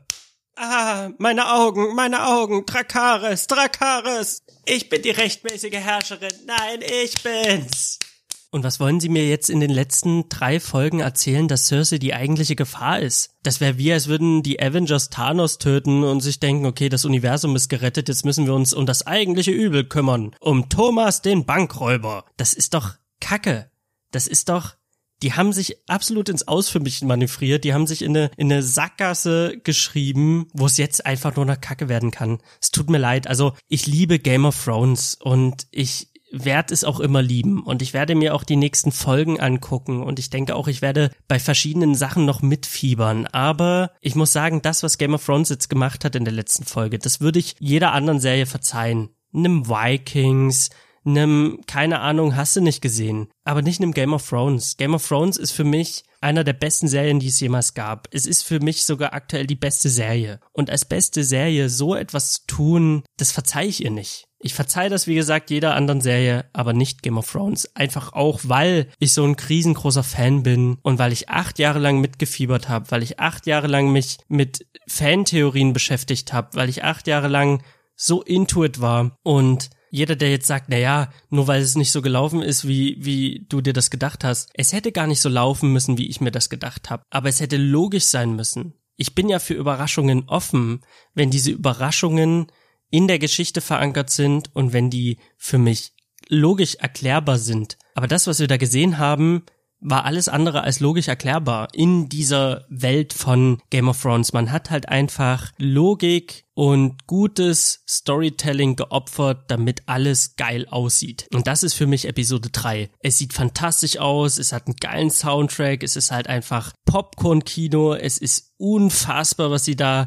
Ah, meine Augen, meine Augen, Dracarys, Dracarys! Ich bin die rechtmäßige Herrscherin, nein, ich bin's! Und was wollen Sie mir jetzt in den letzten drei Folgen erzählen, dass Cersei die eigentliche Gefahr ist? Das wäre wie, als würden die Avengers Thanos töten und sich denken, okay, das Universum ist gerettet, jetzt müssen wir uns um das eigentliche Übel kümmern. Um Thomas den Bankräuber. Das ist doch Kacke. Das ist doch... Die haben sich absolut ins Aus für mich manövriert. Die haben sich in eine, in eine Sackgasse geschrieben, wo es jetzt einfach nur noch Kacke werden kann. Es tut mir leid. Also ich liebe Game of Thrones und ich werde es auch immer lieben und ich werde mir auch die nächsten Folgen angucken und ich denke auch, ich werde bei verschiedenen Sachen noch mitfiebern, aber ich muss sagen, das, was Game of Thrones jetzt gemacht hat in der letzten Folge, das würde ich jeder anderen Serie verzeihen. Einem Vikings, einem, keine Ahnung, hast du nicht gesehen, aber nicht einem Game of Thrones. Game of Thrones ist für mich einer der besten Serien, die es jemals gab. Es ist für mich sogar aktuell die beste Serie. Und als beste Serie so etwas zu tun, das verzeihe ich ihr nicht. Ich verzeihe das, wie gesagt, jeder anderen Serie, aber nicht Game of Thrones. Einfach auch, weil ich so ein riesengroßer Fan bin und weil ich acht Jahre lang mitgefiebert habe, weil ich acht Jahre lang mich mit Fantheorien beschäftigt habe, weil ich acht Jahre lang so into it war. Und jeder, der jetzt sagt, naja, nur weil es nicht so gelaufen ist, wie wie du dir das gedacht hast. Es hätte gar nicht so laufen müssen, wie ich mir das gedacht habe. Aber es hätte logisch sein müssen. ich bin ja für Überraschungen offen, wenn diese Überraschungen in der Geschichte verankert sind und wenn die für mich logisch erklärbar sind. Aber das, was wir da gesehen haben, war alles andere als logisch erklärbar in dieser Welt von Game of Thrones. Man hat halt einfach Logik und gutes Storytelling geopfert, damit alles geil aussieht. Und das ist für mich Episode drei. Es sieht fantastisch aus, es hat einen geilen Soundtrack, es ist halt einfach Popcorn-Kino, es ist unfassbar, was sie da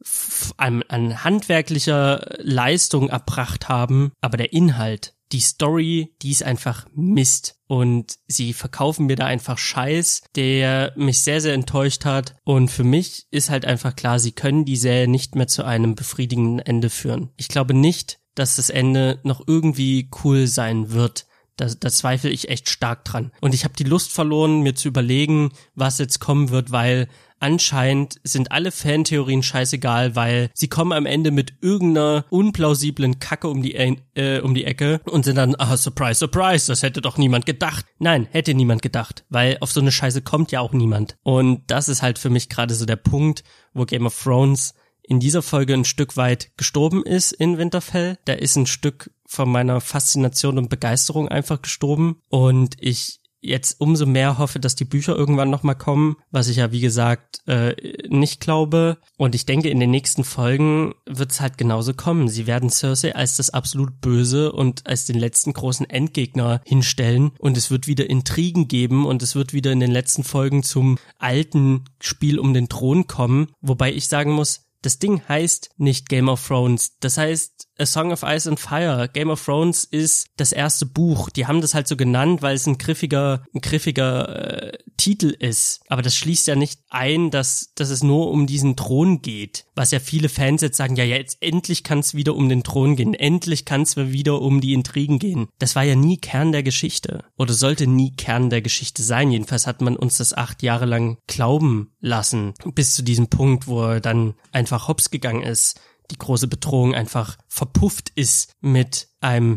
an, an handwerklicher Leistung erbracht haben. Aber der Inhalt, die Story, die ist einfach Mist. Und sie verkaufen mir da einfach Scheiß, der mich sehr, sehr enttäuscht hat. Und für mich ist halt einfach klar, sie können die Serie nicht mehr zu einem befriedigenden Ende führen. Ich glaube nicht, dass das Ende noch irgendwie cool sein wird. Da, da zweifle ich echt stark dran. Und ich habe die Lust verloren, mir zu überlegen, was jetzt kommen wird, weil anscheinend sind alle Fantheorien scheißegal, weil sie kommen am Ende mit irgendeiner unplausiblen Kacke um die äh, um die Ecke und sind dann, ah, surprise, surprise, das hätte doch niemand gedacht. Nein, hätte niemand gedacht, weil auf so eine Scheiße kommt ja auch niemand. Und das ist halt für mich gerade so der Punkt, wo Game of Thrones in dieser Folge ein Stück weit gestorben ist in Winterfell. Da ist ein Stück von meiner Faszination und Begeisterung einfach gestorben und ich jetzt umso mehr hoffe, dass die Bücher irgendwann nochmal kommen, was ich ja wie gesagt äh, nicht glaube. Und ich denke, in den nächsten Folgen wird es halt genauso kommen. Sie werden Cersei als das absolut Böse und als den letzten großen Endgegner hinstellen und es wird wieder Intrigen geben und es wird wieder in den letzten Folgen zum alten Spiel um den Thron kommen, wobei ich sagen muss, das Ding heißt nicht Game of Thrones, das heißt A Song of Ice and Fire. Game of Thrones ist das erste Buch. Die haben das halt so genannt, weil es ein griffiger, ein griffiger äh, Titel ist. Aber das schließt ja nicht ein, dass, dass es nur um diesen Thron geht. Was ja viele Fans jetzt sagen, ja, jetzt endlich kann es wieder um den Thron gehen. Endlich kann es wieder um die Intrigen gehen. Das war ja nie Kern der Geschichte. Oder sollte nie Kern der Geschichte sein. Jedenfalls hat man uns das acht Jahre lang glauben lassen. Bis zu diesem Punkt, wo er dann einfach hops gegangen ist. Die große Bedrohung einfach verpufft ist mit einem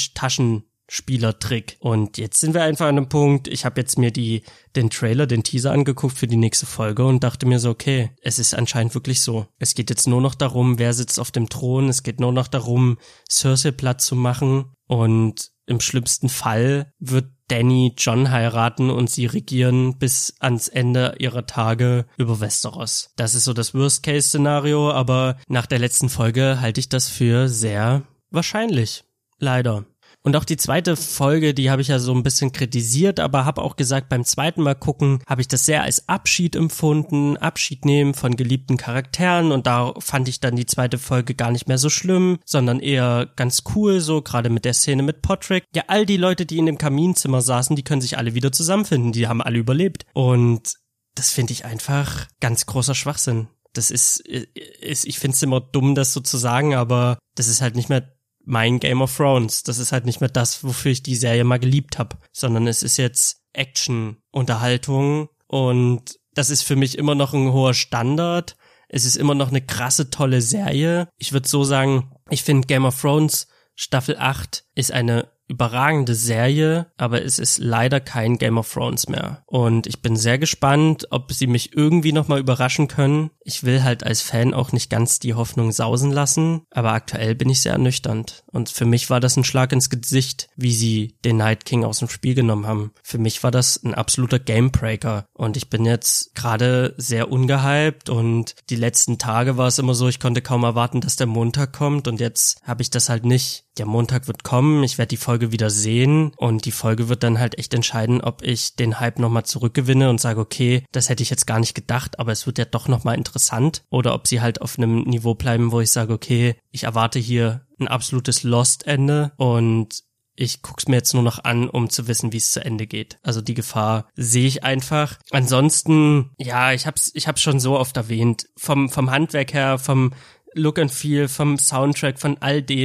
Dolch-Taschenspieler-Trick. Und jetzt sind wir einfach an einem Punkt, ich habe jetzt mir die den Trailer, den Teaser angeguckt für die nächste Folge und dachte mir so, okay, es ist anscheinend wirklich so. Es geht jetzt nur noch darum, wer sitzt auf dem Thron, es geht nur noch darum, Cersei platt zu machen und im schlimmsten Fall wird Dany Jon heiraten und sie regieren bis ans Ende ihrer Tage über Westeros. Das ist so das Worst-Case-Szenario, aber nach der letzten Folge halte ich das für sehr wahrscheinlich. Leider. Und auch die zweite Folge, die habe ich ja so ein bisschen kritisiert, aber habe auch gesagt, beim zweiten Mal gucken, habe ich das sehr als Abschied empfunden, Abschied nehmen von geliebten Charakteren und da fand ich dann die zweite Folge gar nicht mehr so schlimm, sondern eher ganz cool, so gerade mit der Szene mit Podrick. Ja, all die Leute, die in dem Kaminzimmer saßen, die können sich alle wieder zusammenfinden, die haben alle überlebt. Und das finde ich einfach ganz großer Schwachsinn. Das ist, ist ich finde es immer dumm, das so zu sagen, aber das ist halt nicht mehr mein Game of Thrones. Das ist halt nicht mehr das, wofür ich die Serie mal geliebt habe, sondern es ist jetzt Action, Unterhaltung und das ist für mich immer noch ein hoher Standard. Es ist immer noch eine krasse, tolle Serie. Ich würde so sagen, ich finde Game of Thrones Staffel acht ist eine überragende Serie, aber es ist leider kein Game of Thrones mehr. Und ich bin sehr gespannt, ob sie mich irgendwie nochmal überraschen können. Ich will halt als Fan auch nicht ganz die Hoffnung sausen lassen, aber aktuell bin ich sehr ernüchternd. Und für mich war das ein Schlag ins Gesicht, wie sie den Night King aus dem Spiel genommen haben. Für mich war das ein absoluter Gamebreaker. Und ich bin jetzt gerade sehr ungehypt und die letzten Tage war es immer so, ich konnte kaum erwarten, dass der Montag kommt und jetzt habe ich das halt nicht. Der Montag wird kommen, ich werde die Folge wieder sehen und die Folge wird dann halt echt entscheiden, ob ich den Hype nochmal zurückgewinne und sage, okay, das hätte ich jetzt gar nicht gedacht, aber es wird ja doch nochmal interessant oder ob sie halt auf einem Niveau bleiben, wo ich sage, okay, ich erwarte hier ein absolutes Lost-Ende und ich guck's mir jetzt nur noch an, um zu wissen, wie es zu Ende geht. Also die Gefahr sehe ich einfach. Ansonsten, ja, ich hab's, ich hab's schon so oft erwähnt. Vom, vom Handwerk her, vom Look and Feel, vom Soundtrack, von all dem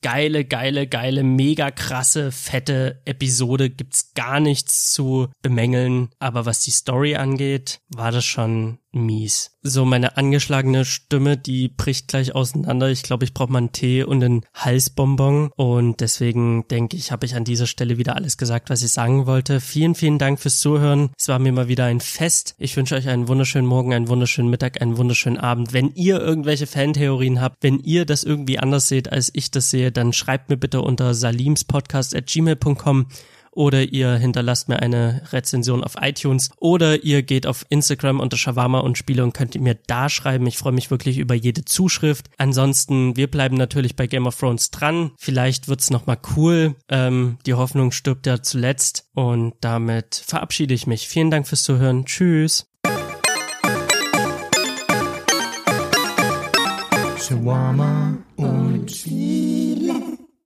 geile, geile, geile, mega krasse, fette Episode, gibt's gar nichts zu bemängeln, aber was die Story angeht, war das schon mies. So, meine angeschlagene Stimme, die bricht gleich auseinander. Ich glaube, ich brauche mal einen Tee und einen Halsbonbon und deswegen denke ich, habe ich an dieser Stelle wieder alles gesagt, was ich sagen wollte. Vielen, vielen Dank fürs Zuhören. Es war mir mal wieder ein Fest. Ich wünsche euch einen wunderschönen Morgen, einen wunderschönen Mittag, einen wunderschönen Abend. Wenn ihr irgendwelche Fantheorien habt, wenn ihr das irgendwie anders seht, als ich das sehe, dann schreibt mir bitte unter salimspodcast at gmail punkt com oder ihr hinterlasst mir eine Rezension auf iTunes oder ihr geht auf Instagram unter Shawarma und Spiele und könnt mir da schreiben. Ich freue mich wirklich über jede Zuschrift. Ansonsten, wir bleiben natürlich bei Game of Thrones dran. Vielleicht wird's nochmal cool. Ähm, die Hoffnung stirbt ja zuletzt und damit verabschiede ich mich. Vielen Dank fürs Zuhören. Tschüss. Shawarma und Spiele.